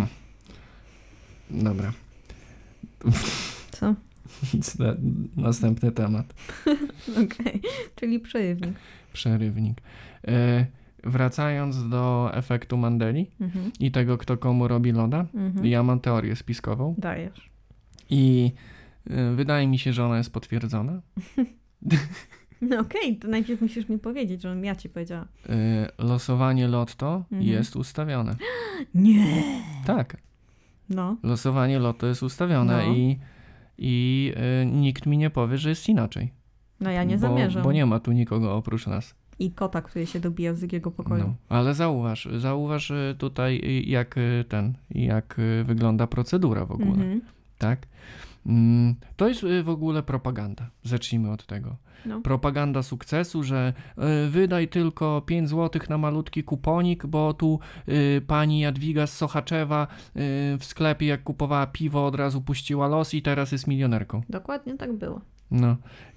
Dobra. Co? Następny temat. Okej, czyli przerywnik. Przerywnik. Wracając do efektu Mandeli i tego, kto komu robi loda, ja mam teorię spiskową. Dajesz. I wydaje mi się, że ona jest potwierdzona. No okej, to najpierw musisz mi powiedzieć, żebym ja ci powiedziała. Losowanie lotto jest ustawione. Nie! Tak. No. Losowanie lotto jest ustawione No. i nikt mi nie powie, że jest inaczej. No ja nie zamierzam. Bo nie ma tu nikogo oprócz nas. I kota, który się dobija z drugiego pokoju. No. Ale zauważ tutaj jak wygląda procedura w ogóle. Tak? To jest w ogóle propaganda. Zacznijmy od tego. No. Propaganda sukcesu, że wydaj tylko 5 zł na malutki kuponik, bo tu pani Jadwiga z Sochaczewa w sklepie jak kupowała piwo od razu puściła los i teraz jest milionerką. Dokładnie tak było. No.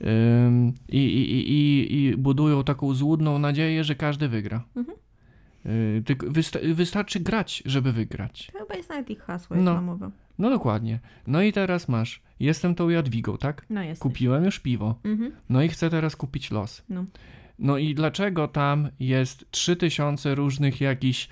I budują taką złudną nadzieję, że każdy wygra. Mhm. Tylko wystarczy grać, żeby wygrać. To chyba jest nawet ich hasło No. reklamowe. No dokładnie. No i teraz masz. Jestem tą Jadwigą, tak? No jest. Kupiłem już piwo. Mhm. No i chcę teraz kupić los. No. No i dlaczego tam jest 3000 różnych jakichś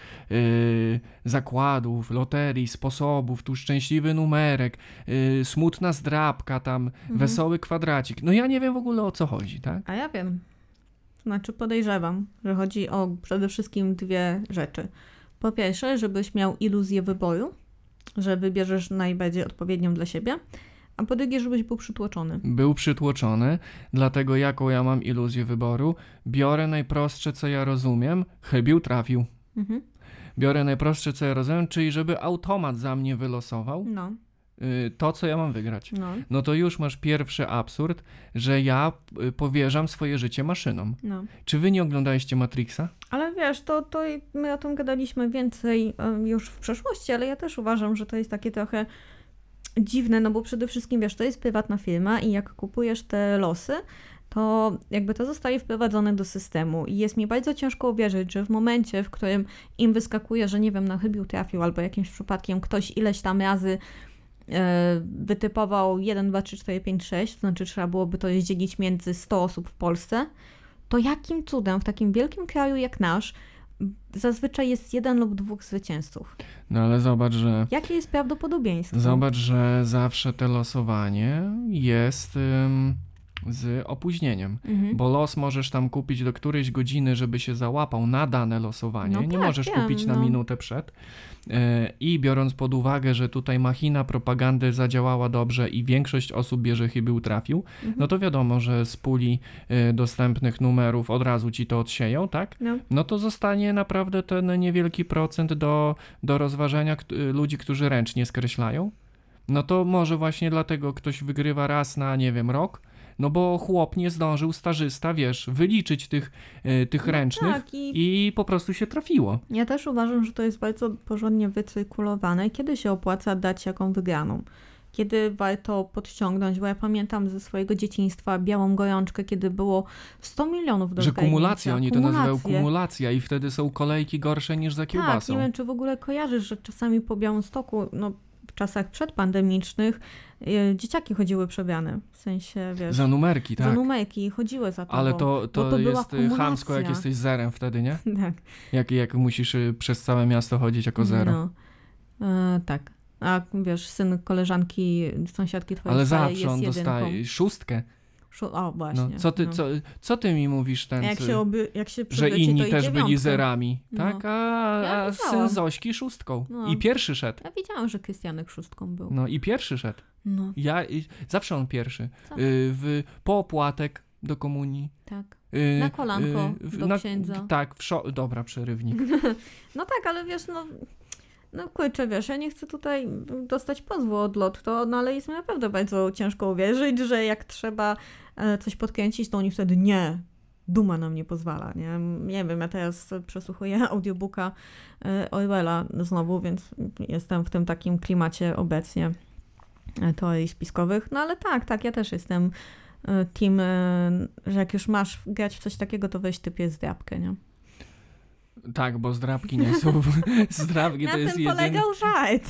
zakładów, loterii, sposobów, tu szczęśliwy numerek, smutna zdrabka tam, wesoły kwadracik. No ja nie wiem w ogóle o co chodzi, tak? A ja wiem. Znaczy podejrzewam, że chodzi o przede wszystkim dwie rzeczy. Po pierwsze, żebyś miał iluzję wyboru, że wybierzesz najbardziej odpowiednią dla siebie, a po drugie, żebyś był przytłoczony. Był przytłoczony, dlatego jaką ja mam iluzję wyboru, biorę najprostsze co ja rozumiem, chybił trafił. Mhm. Biorę najprostsze co ja rozumiem, czyli żeby automat za mnie wylosował No, to co ja mam wygrać. no, No to już masz pierwszy absurd, że ja powierzam swoje życie maszynom. no. Czy wy nie oglądaliście Matrixa? Ale wiesz, to my o tym gadaliśmy więcej już w przeszłości, ale ja też uważam, że to jest takie trochę dziwne, no bo przede wszystkim, wiesz, to jest prywatna firma i jak kupujesz te losy, to jakby to zostaje wprowadzone do systemu i jest mi bardzo ciężko uwierzyć, że w momencie, w którym im wyskakuje, że nie wiem, na chybił trafił albo jakimś przypadkiem ktoś ileś tam razy wytypował 1, 2, 3, 4, 5, 6, to znaczy trzeba byłoby to dzielić między 100 osób w Polsce, to jakim cudem w takim wielkim kraju jak nasz zazwyczaj jest 1 lub 2 zwycięzców? No ale Jakie jest prawdopodobieństwo? zobacz, że zawsze te losowanie jest z opóźnieniem, bo los możesz tam kupić do którejś godziny, żeby się załapał na dane losowanie. No Nie tak, możesz wiem, kupić na no. minutę przed. I biorąc pod uwagę, że tutaj machina propagandy zadziałała dobrze i większość osób bierze chybił trafił, no to wiadomo, że z puli dostępnych numerów od razu ci to odsieją, tak? No. No to zostanie naprawdę ten niewielki procent do rozważenia ludzi, którzy ręcznie skreślają. No to może właśnie dlatego ktoś wygrywa raz na, nie wiem, rok, no bo chłop nie zdążył, stażysta, wiesz, wyliczyć tych ręcznych tak, i po prostu się trafiło. Ja też uważam, że to jest bardzo porządnie wycyrkulowane. Kiedy się opłaca dać jaką wygraną? Kiedy warto podciągnąć, bo ja pamiętam ze swojego dzieciństwa białą gorączkę, kiedy było 100 milionów do Że zgarnięcia. kumulacja, oni to nazywają kumulacja i wtedy są kolejki gorsze niż za Tak, kiełbasą. nie wiem, czy w ogóle kojarzysz, że czasami po Białymstoku, no w czasach przedpandemicznych, dzieciaki chodziły przebrane, w sensie, wiesz... Za numerki, tak. Za numerki, chodziły za tobą. Ale to była jest kumulacja. chamsko, jak jesteś zerem wtedy, nie? Tak. Jak musisz przez całe miasto chodzić jako zero. No. Tak. A wiesz, syn koleżanki, sąsiadki twojej Ale starej zawsze jest on jedynką. dostaje szóstkę. O, właśnie. No, co ty mi mówisz, Jak się że przywróci, inni to i też byli dziewiątkę. zerami, No. tak? Ja A widziałam. syn Zośki szóstką. No. I pierwszy szedł. Ja widziałam, że Krystianek szóstką był. No i pierwszy szedł. No, Zawsze on pierwszy. Co? Po opłatek do komunii. tak. Na kolanko do księdza. Tak, dobra, przerywnik. No tak, ale wiesz, no kurczę, wiesz, ja nie chcę tutaj dostać pozwu od Lotto, no ale jest mi naprawdę bardzo ciężko uwierzyć, że jak trzeba coś podkręcić, to oni wtedy nie. Duma nam nie pozwala, nie? Nie wiem, ja teraz przesłuchuję audiobooka Orwella znowu, więc jestem w tym takim klimacie obecnie teorii spiskowych. No ale tak, ja też jestem team, że jak już masz grać w coś takiego, to weź typie zdrabkę, nie? Tak, bo zdrabki nie są. Zdrabki Na to jest tym jedyny... polegał żart.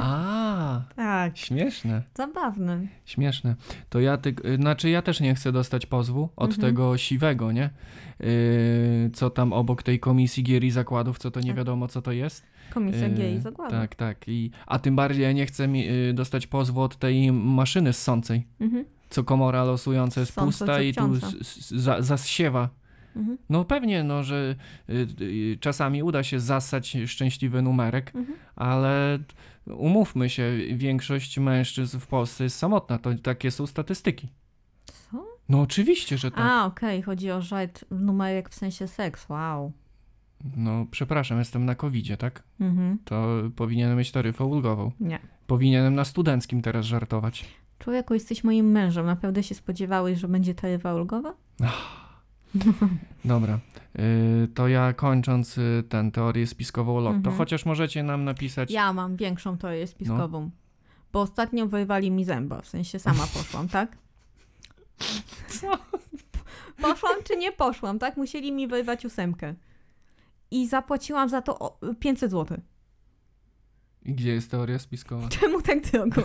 Tak, Śmieszne. zabawne. Śmieszne. To ja też nie chcę dostać pozwu od tego siwego, nie? Co tam obok tej komisji gier i zakładów, co to nie Tak. wiadomo, co to jest. Komisja gier i zakładów. Tak. A tym bardziej ja nie chcę dostać pozwu od tej maszyny ssącej, co komora losująca jest pusta i tu zasiewa. No pewnie, że czasami uda się zassać szczęśliwy numerek, ale umówmy się, większość mężczyzn w Polsce jest samotna, to takie są statystyki. Co? No oczywiście, że tak. Okej, chodzi o żart numerek w sensie seks, wow. No przepraszam, jestem na COVID-zie, tak? To powinienem mieć taryfę ulgową. Nie. Powinienem na studenckim teraz żartować. Człowieku, jesteś moim mężem, naprawdę się spodziewałeś, że będzie taryfa ulgowa? Dobra, to ja kończąc tę teorię spiskową Lotto, chociaż możecie nam napisać... Ja mam większą teorię spiskową, bo ostatnio wyrwali mi zęba, w sensie sama poszłam, tak? Co? Poszłam czy nie poszłam, tak? Musieli mi wyrwać 8. I zapłaciłam za to 500 zł. I gdzie jest teoria spiskowa? Czemu tak drogo?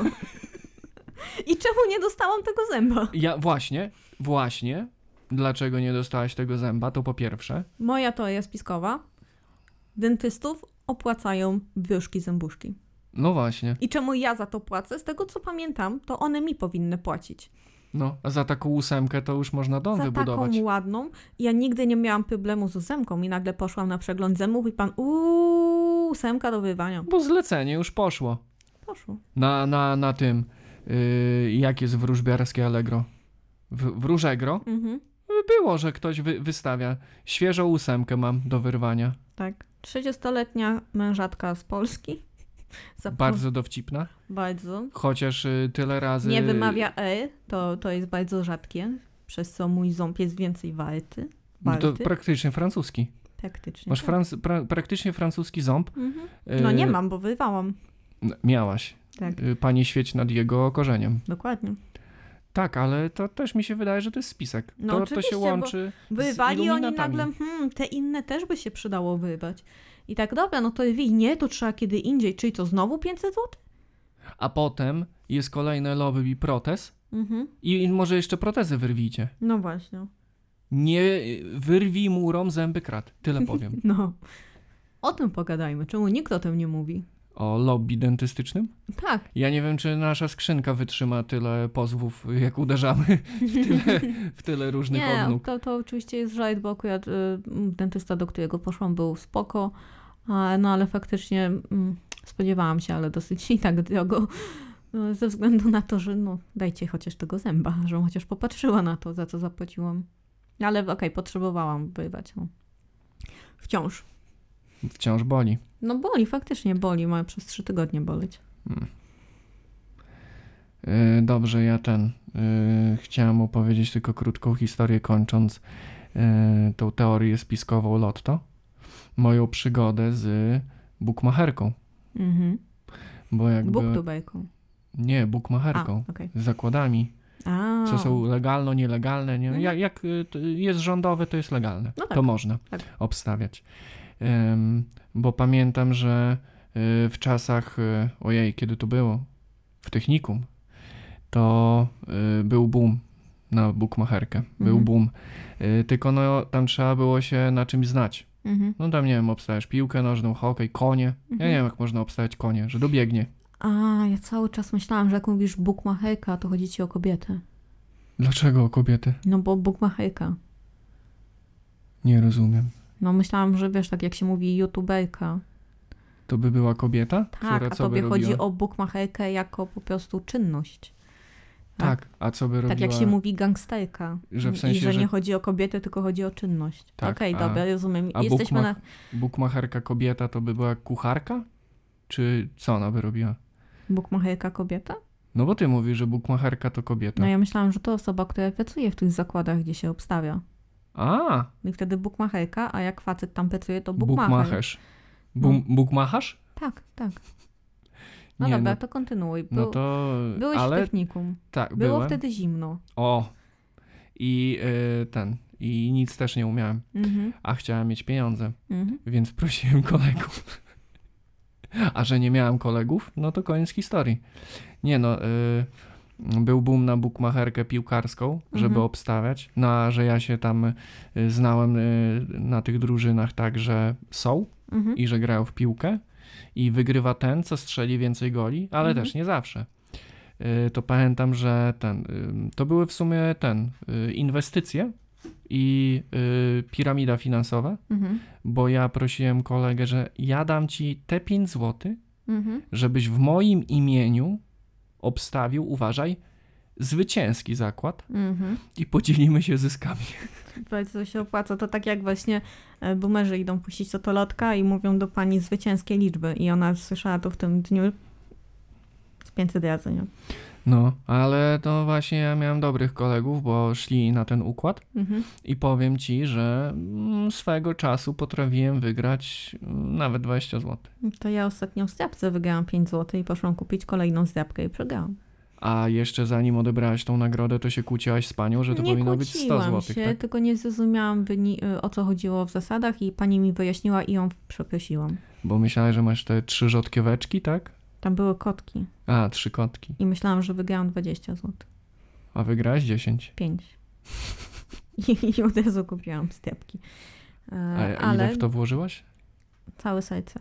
I czemu nie dostałam tego zęba? Ja właśnie, dlaczego nie dostałaś tego zęba, to po pierwsze. Moja teoria spiskowa. Dentystów opłacają wróżki zębuszki. No właśnie. I czemu ja za to płacę? Z tego co pamiętam, to one mi powinny płacić. No, a za taką 8 to już można dom Za wybudować. taką ładną. Ja nigdy nie miałam problemu z 8 i nagle poszłam na przegląd zębów i pan 8 do wywania. Bo zlecenie już poszło. Poszło. Na tym, jak jest wróżbiarskie Allegro? Wróżegro? Mhm. Było, że ktoś wystawia. Świeżą 8 mam do wyrwania. Tak. 30-letnia mężatka z Polski. Bardzo dowcipna. Bardzo. Chociaż tyle razy... Nie wymawia to jest bardzo rzadkie, przez co mój ząb jest więcej warty. No to praktycznie francuski. Praktycznie. Masz praktycznie francuski ząb. Mhm. No nie mam, bo wyrwałam. Miałaś. Tak. Pani świeć nad jego korzeniem. Dokładnie. Tak, ale to też mi się wydaje, że to jest spisek. No to się łączy wyrwali oni iluminatami. nagle, te inne też by się przydało wyrwać. I tak, dobra, no to nie, to trzeba kiedy indziej. Czyli to znowu 500 zł? A potem jest kolejne lobby i protez Mhm. i może jeszcze protezy wyrwijcie. No właśnie. Nie wyrwij murom zęby krat. Tyle powiem. No. O tym pogadajmy. Czemu nikt o tym nie mówi? O lobby dentystycznym? Tak. Ja nie wiem, czy nasza skrzynka wytrzyma tyle pozwów, jak uderzamy w tyle różnych odnóg. To oczywiście jest żart, bo akurat dentysta, do którego poszłam, był spoko, no ale faktycznie spodziewałam się, ale dosyć i tak drogo, ze względu na to, że no dajcie chociaż tego zęba, żebym chociaż popatrzyła na to, za co zapłaciłam. Ale okej, potrzebowałam wyrwać. No. Wciąż boli. No boli, faktycznie boli, ma przez 3 tygodnie boleć. Dobrze, ja chciałem opowiedzieć tylko krótką historię, kończąc tą teorię spiskową Lotto. Moją przygodę z bukmacherką. Mhm. Bo jakby... Booktubejką. Nie, bukmacherką. Okay. Z zakładami. Co są legalno-nielegalne. Nie? Jak jest rządowe, to jest legalne. No tak. To można obstawiać. Bo pamiętam, że w czasach, kiedy to było? W technikum. To był boom na bukmacherkę. Był boom. Tylko tam trzeba było się na czymś znać. No tam, nie wiem, obstawiasz piłkę nożną, hokej, konie. Ja nie wiem, jak można obstawiać konie, że dobiegnie. Ja cały czas myślałam, że jak mówisz bukmacherka, to chodzi ci o kobietę. Dlaczego o kobiety? No bo bukmacherka. Nie rozumiem. No myślałam, że wiesz, tak jak się mówi youtuberka. To by była kobieta? Tak, która a co tobie by chodzi robiła? o bukmacherkę jako po prostu czynność. Tak, a co by robiła? Tak jak się mówi gangsterka. Że w sensie, I że że nie chodzi o kobietę, tylko chodzi o czynność. Tak, Okej, dobra, rozumiem. A Jesteśmy bukmacherka kobieta to by była kucharka? Czy co ona by robiła? Bukmacherka kobieta? No bo ty mówisz, że bukmacherka to kobieta. No ja myślałam, że to osoba, która pracuje w tych zakładach, gdzie się obstawia. A! I wtedy bukmacherka, a jak facet tam pracuje, to bukmacher. Bukmacherz. Bukmacherz? Tak. No Nie, dobra, to kontynuuj. Byłeś w technikum. Tak, Było byłem. wtedy zimno. I i nic też nie umiałem. A chciałem mieć pieniądze, więc prosiłem kolegów. A że nie miałem kolegów, no to koniec historii. Nie no, był boom na bukmacherkę piłkarską, żeby obstawiać. No a że ja się tam znałem na tych drużynach tak, że są i że grają w piłkę i wygrywa ten, co strzeli więcej goli, ale też nie zawsze. To pamiętam, że to były w sumie inwestycje i piramida finansowa, bo ja prosiłem kolegę, że ja dam ci te 5 zł, żebyś w moim imieniu obstawił, uważaj, zwycięski zakład i podzielimy się zyskami. To się opłaca. To tak jak właśnie boomerzy idą puścić totolotka i mówią do pani zwycięskie liczby i ona słyszała to w tym dniu z 500 razy, nie? No, ale to właśnie ja miałem dobrych kolegów, bo szli na ten układ i powiem ci, że swego czasu potrafiłem wygrać nawet 20 zł. To ja ostatnio w zdrabce wygrałam 5 zł i poszłam kupić kolejną zdrabkę i przegrałam. A jeszcze zanim odebrałaś tą nagrodę, to się kłóciłaś z panią, że to Nie powinno być 100 kłóciłam złotych, się, tak? tylko nie zrozumiałam o co chodziło w zasadach i pani mi wyjaśniła i ją przeprosiłam. Bo myślałeś, że masz te 3 rzodkieweczki, tak? Tam były kotki 3 kotki. i myślałam, że wygrałam 20 zł. A wygrałaś 10. 5. I od razu kupiłam stepki. A ile w to włożyłaś? Całe serce.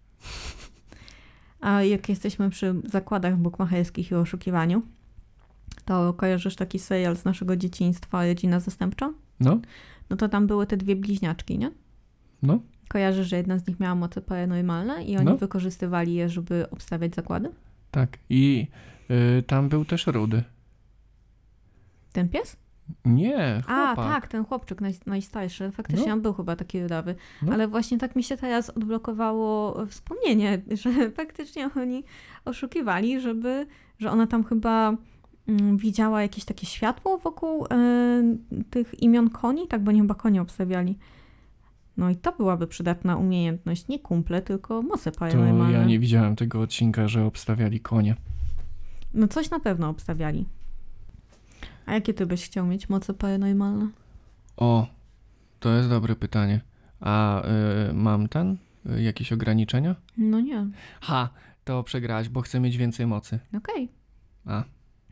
A jak jesteśmy przy zakładach bukmacherskich i oszukiwaniu, to kojarzysz taki serial z naszego dzieciństwa, Rodzina Zastępcza? No, No to tam były te 2 bliźniaczki, nie? no. Kojarzysz, że jedna z nich miała moce paranormalne i oni No. wykorzystywali je, żeby obstawiać zakłady? Tak. I tam był też Rudy. Ten pies? Nie, A, chłopak. tak, ten chłopczyk najstarszy. Faktycznie No. on był chyba taki rudawy. No. Ale właśnie tak mi się teraz odblokowało wspomnienie, że faktycznie oni oszukiwali, że ona tam chyba widziała jakieś takie światło wokół tych imion koni, tak, bo oni chyba konie obstawiali. No i to byłaby przydatna umiejętność. Nie kumple, tylko moce To paranormalne. ja nie widziałem tego odcinka, że obstawiali konie. No coś na pewno obstawiali. A jakie ty byś chciał mieć moce paranormalne? O, to jest dobre pytanie. A mam jakieś ograniczenia? No nie. Ha, to przegrałaś, bo chcę mieć więcej mocy. Okej. A.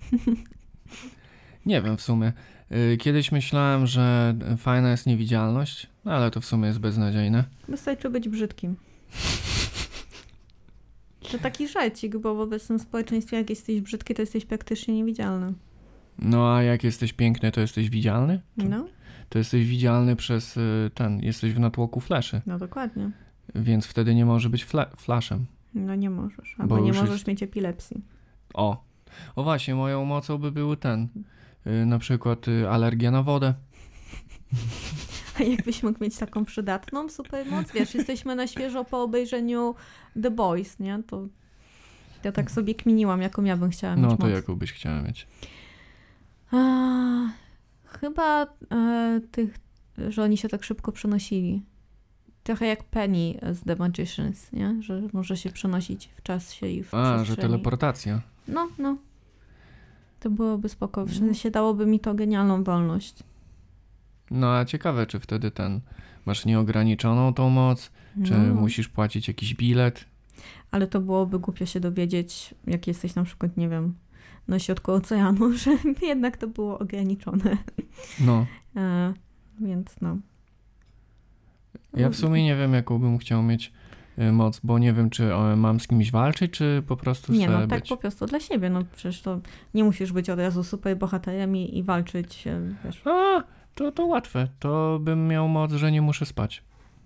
Nie wiem w sumie. Kiedyś myślałem, że fajna jest niewidzialność, ale to w sumie jest beznadziejne. Wystarczy być brzydkim. To taki żarcik, bo w obecnym społeczeństwie jak jesteś brzydki, to jesteś praktycznie niewidzialny. No a jak jesteś piękny, to jesteś widzialny? No, To jesteś widzialny przez jesteś w natłoku fleszy, no dokładnie. więc wtedy nie może być flaszem. No nie możesz. Bo Albo nie już możesz jest- mieć epilepsji. O właśnie, moją mocą by był na przykład alergia na wodę. A jakbyś mógł mieć taką przydatną supermoc? Wiesz, jesteśmy na świeżo po obejrzeniu The Boys, nie? To ja tak sobie kminiłam, jaką ja bym chciała mieć No to moc. jaką byś chciała mieć? Chyba że oni się tak szybko przenosili. Trochę jak Penny z The Magicians, nie? Że może się przenosić w czasie i w przestrzeni. Że teleportacja. No. To byłoby spoko. W sensie dałoby mi to genialną wolność. No a ciekawe, czy wtedy masz nieograniczoną tą moc, czy No. musisz płacić jakiś bilet? Ale to byłoby głupio się dowiedzieć, jak jesteś na przykład, nie wiem, na środku oceanu, że jednak to było ograniczone. No, Więc no. ja w sumie nie wiem, jaką bym chciał mieć moc, bo nie wiem, czy mam z kimś walczyć, czy po prostu Nie, chcę no tak być. po prostu dla siebie. No przecież to nie musisz być od razu super bohaterem i walczyć, wiesz. To łatwe. To bym miał moc, że nie muszę spać.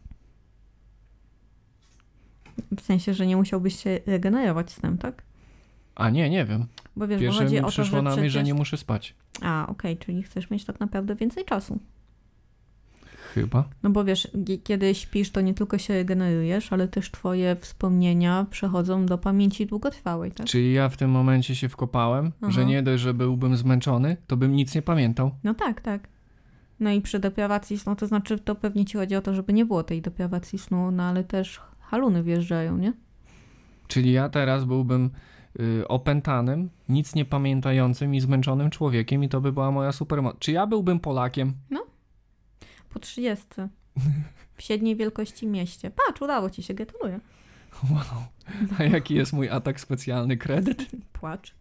W sensie, że nie musiałbyś się regenerować snem, tak? A nie wiem. Bo wiesz, bo Pierwsze chodzi mi o to, przyszło że na myśl, że przecież... nie muszę spać. Okej, czyli chcesz mieć tak naprawdę więcej czasu. Chyba. No bo wiesz, kiedy śpisz, to nie tylko się regenerujesz, ale też twoje wspomnienia przechodzą do pamięci długotrwałej, tak? Czyli ja w tym momencie się wkopałem, że Aha. nie dość, że byłbym zmęczony, to bym nic nie pamiętał. No tak. No i przy deprawacji snu, to znaczy to pewnie ci chodzi o to, żeby nie było tej deprawacji snu, no ale też haluny wjeżdżają, nie? Czyli ja teraz byłbym opętanym, nic nie pamiętającym i zmęczonym człowiekiem i to by była moja supermoc. Czy ja byłbym Polakiem? Po 30. W średniej wielkości mieście. Patrz, udało ci się, gratuluję. Wow. A jaki jest mój atak specjalny kredyt? Płacz.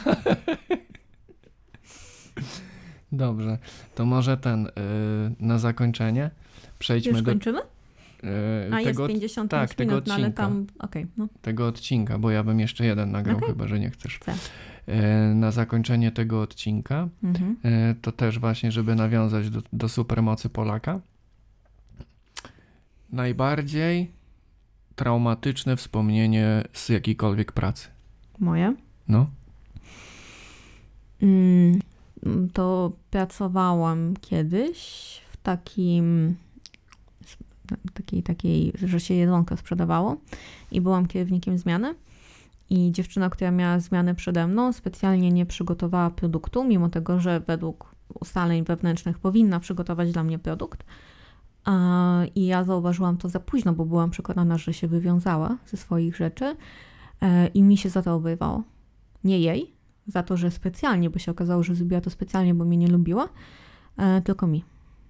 Dobrze, to może na zakończenie przejdźmy Już do kończymy? A tego, jest 55 tak, tego minut, no ale odcinka. tam... Okej, no. tego odcinka, bo ja bym jeszcze jeden nagrał, Okej. chyba że nie chcesz. Chcę. Na zakończenie tego odcinka, Mhm. to też właśnie, żeby nawiązać do supermocy Polaka. Najbardziej traumatyczne wspomnienie z jakiejkolwiek pracy. Moje? No, To pracowałam kiedyś w takiej, że się jedzonko sprzedawało i byłam kierownikiem zmiany i dziewczyna, która miała zmianę przede mną, specjalnie nie przygotowała produktu, mimo tego, że według ustaleń wewnętrznych powinna przygotować dla mnie produkt. I ja zauważyłam to za późno, bo byłam przekonana, że się wywiązała ze swoich rzeczy i mi się za to obrywało. Nie jej, za to, że specjalnie, bo się okazało, że zrobiła to specjalnie, bo mnie nie lubiła, tylko mi.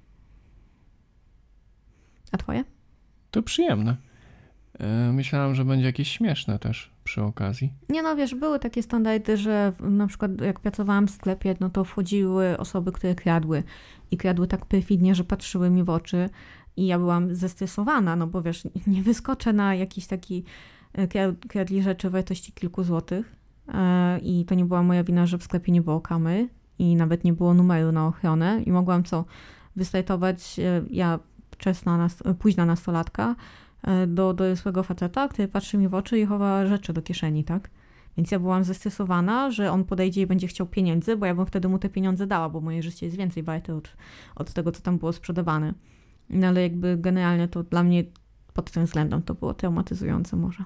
A twoje? To przyjemne. Myślałem, że będzie jakieś śmieszne też przy okazji. Nie no, wiesz, były takie standardy, że na przykład jak pracowałam w sklepie, no to wchodziły osoby, które kradły i kradły tak perfidnie, że patrzyły mi w oczy i ja byłam zestresowana, no bo wiesz, nie wyskoczę na jakiś taki kradli rzeczy wartości kilku złotych i to nie była moja wina, że w sklepie nie było kamer i nawet nie było numeru na ochronę i mogłam wystartować, ja późna nastolatka, do dorosłego faceta, który patrzy mi w oczy i chowa rzeczy do kieszeni, tak? Więc ja byłam zestresowana, że on podejdzie i będzie chciał pieniędzy, bo ja bym wtedy mu te pieniądze dała, bo moje życie jest więcej warte od tego, co tam było sprzedawane. No ale jakby generalnie to dla mnie pod tym względem to było traumatyzujące może.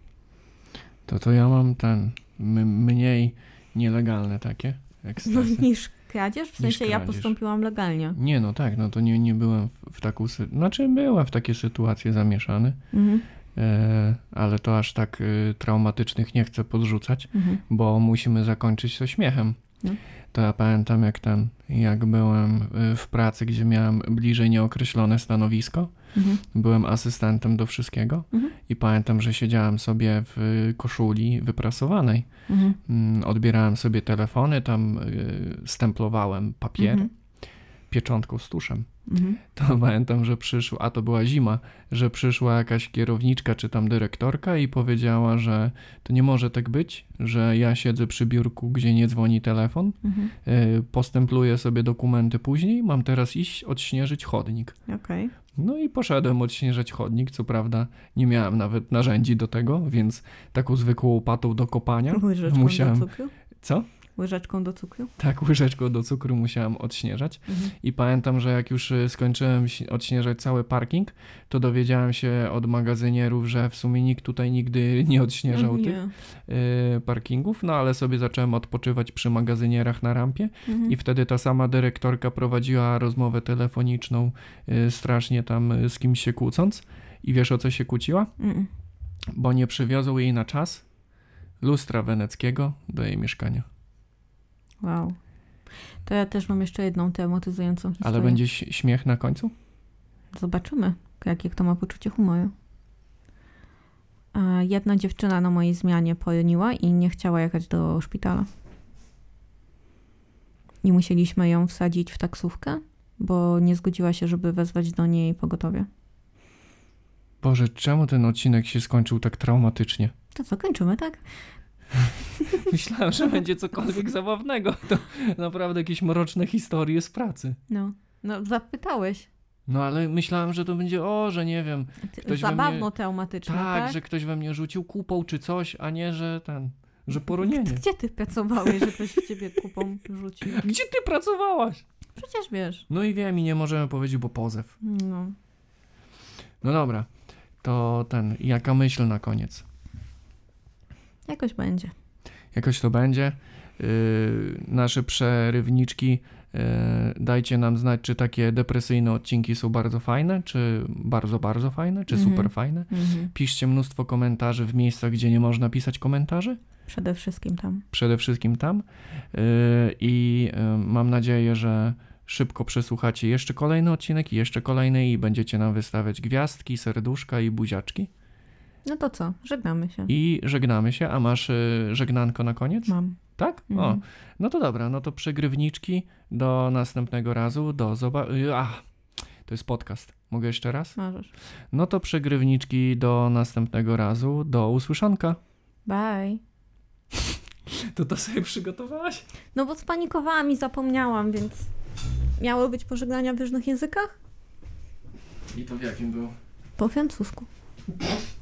To ja mam mniej nielegalne takie No, ekscesy. niż kradzież? W sensie ja kradzież. postąpiłam legalnie. Nie, no tak, no to nie byłem w taką byłem w takie sytuacje zamieszany, ale to aż tak traumatycznych nie chcę podrzucać, bo musimy zakończyć to śmiechem. No. To ja pamiętam jak byłem w pracy, gdzie miałem bliżej nieokreślone stanowisko, byłem asystentem do wszystkiego i pamiętam, że siedziałem sobie w koszuli wyprasowanej, odbierałem sobie telefony, tam stemplowałem papier pieczątką z tuszem. To pamiętam, że to była zima, że przyszła jakaś kierowniczka czy tam dyrektorka i powiedziała, że to nie może tak być, że ja siedzę przy biurku, gdzie nie dzwoni telefon, postempluję sobie dokumenty później, mam teraz iść odśnieżyć chodnik. Okej. No i poszedłem odśnieżać chodnik, co prawda nie miałem nawet narzędzi do tego, więc taką zwykłą łopatą do kopania Łyżeczką do cukru? Co? Łyżeczką do cukru? Tak, łyżeczką do cukru musiałem odśnieżać i pamiętam, że jak już skończyłem odśnieżać cały parking, to dowiedziałem się od magazynierów, że w sumie nikt tutaj nigdy nie odśnieżał tych parkingów, no ale sobie zacząłem odpoczywać przy magazynierach na rampie i wtedy ta sama dyrektorka prowadziła rozmowę telefoniczną, strasznie tam z kimś się kłócąc i wiesz, o co się kłóciła? Bo nie przywiozą jej na czas lustra weneckiego do jej mieszkania. Wow. To ja też mam jeszcze jedną traumatyzującą historię. Ale będzie śmiech na końcu? Zobaczymy, jakie kto ma poczucie humoru. Jedna dziewczyna na mojej zmianie poroniła i nie chciała jechać do szpitala. I musieliśmy ją wsadzić w taksówkę, bo nie zgodziła się, żeby wezwać do niej pogotowie. Boże, czemu ten odcinek się skończył tak traumatycznie? To co, kończymy, tak? Myślałem, że będzie cokolwiek zabawnego. To naprawdę jakieś mroczne historie z pracy. No zapytałeś. No ale myślałem, że to będzie, że nie wiem. Zabawno traumatyczne, tak? że ktoś we mnie rzucił kupą czy coś, a nie, że poronienie. Gdzie ty pracowałeś, że ktoś w ciebie kupą rzucił? Gdzie ty pracowałaś? Przecież wiesz. No i wiem, i nie możemy powiedzieć, bo pozew. No dobra, to jaka myśl na koniec? Jakoś będzie. Jakoś to będzie. Nasze przerywniczki, dajcie nam znać, czy takie depresyjne odcinki są bardzo fajne, czy bardzo, bardzo fajne, czy super fajne. Piszcie mnóstwo komentarzy w miejscach, gdzie nie można pisać komentarzy. Przede wszystkim tam. I mam nadzieję, że szybko przesłuchacie jeszcze kolejny odcinek i jeszcze kolejny i będziecie nam wystawiać gwiazdki, serduszka i buziaczki. No to co? Żegnamy się. I żegnamy się. A masz żegnanko na koniec? Mam. Tak? No to dobra. No to przygrywniczki. Do następnego razu. To jest podcast. Mogę jeszcze raz? Możesz. No to przygrywniczki. Do następnego razu. Do usłyszonka. Bye. To sobie przygotowałaś? No bo spanikowałam i zapomniałam, więc miały być pożegnania w różnych językach? I to w jakim było? Po francusku.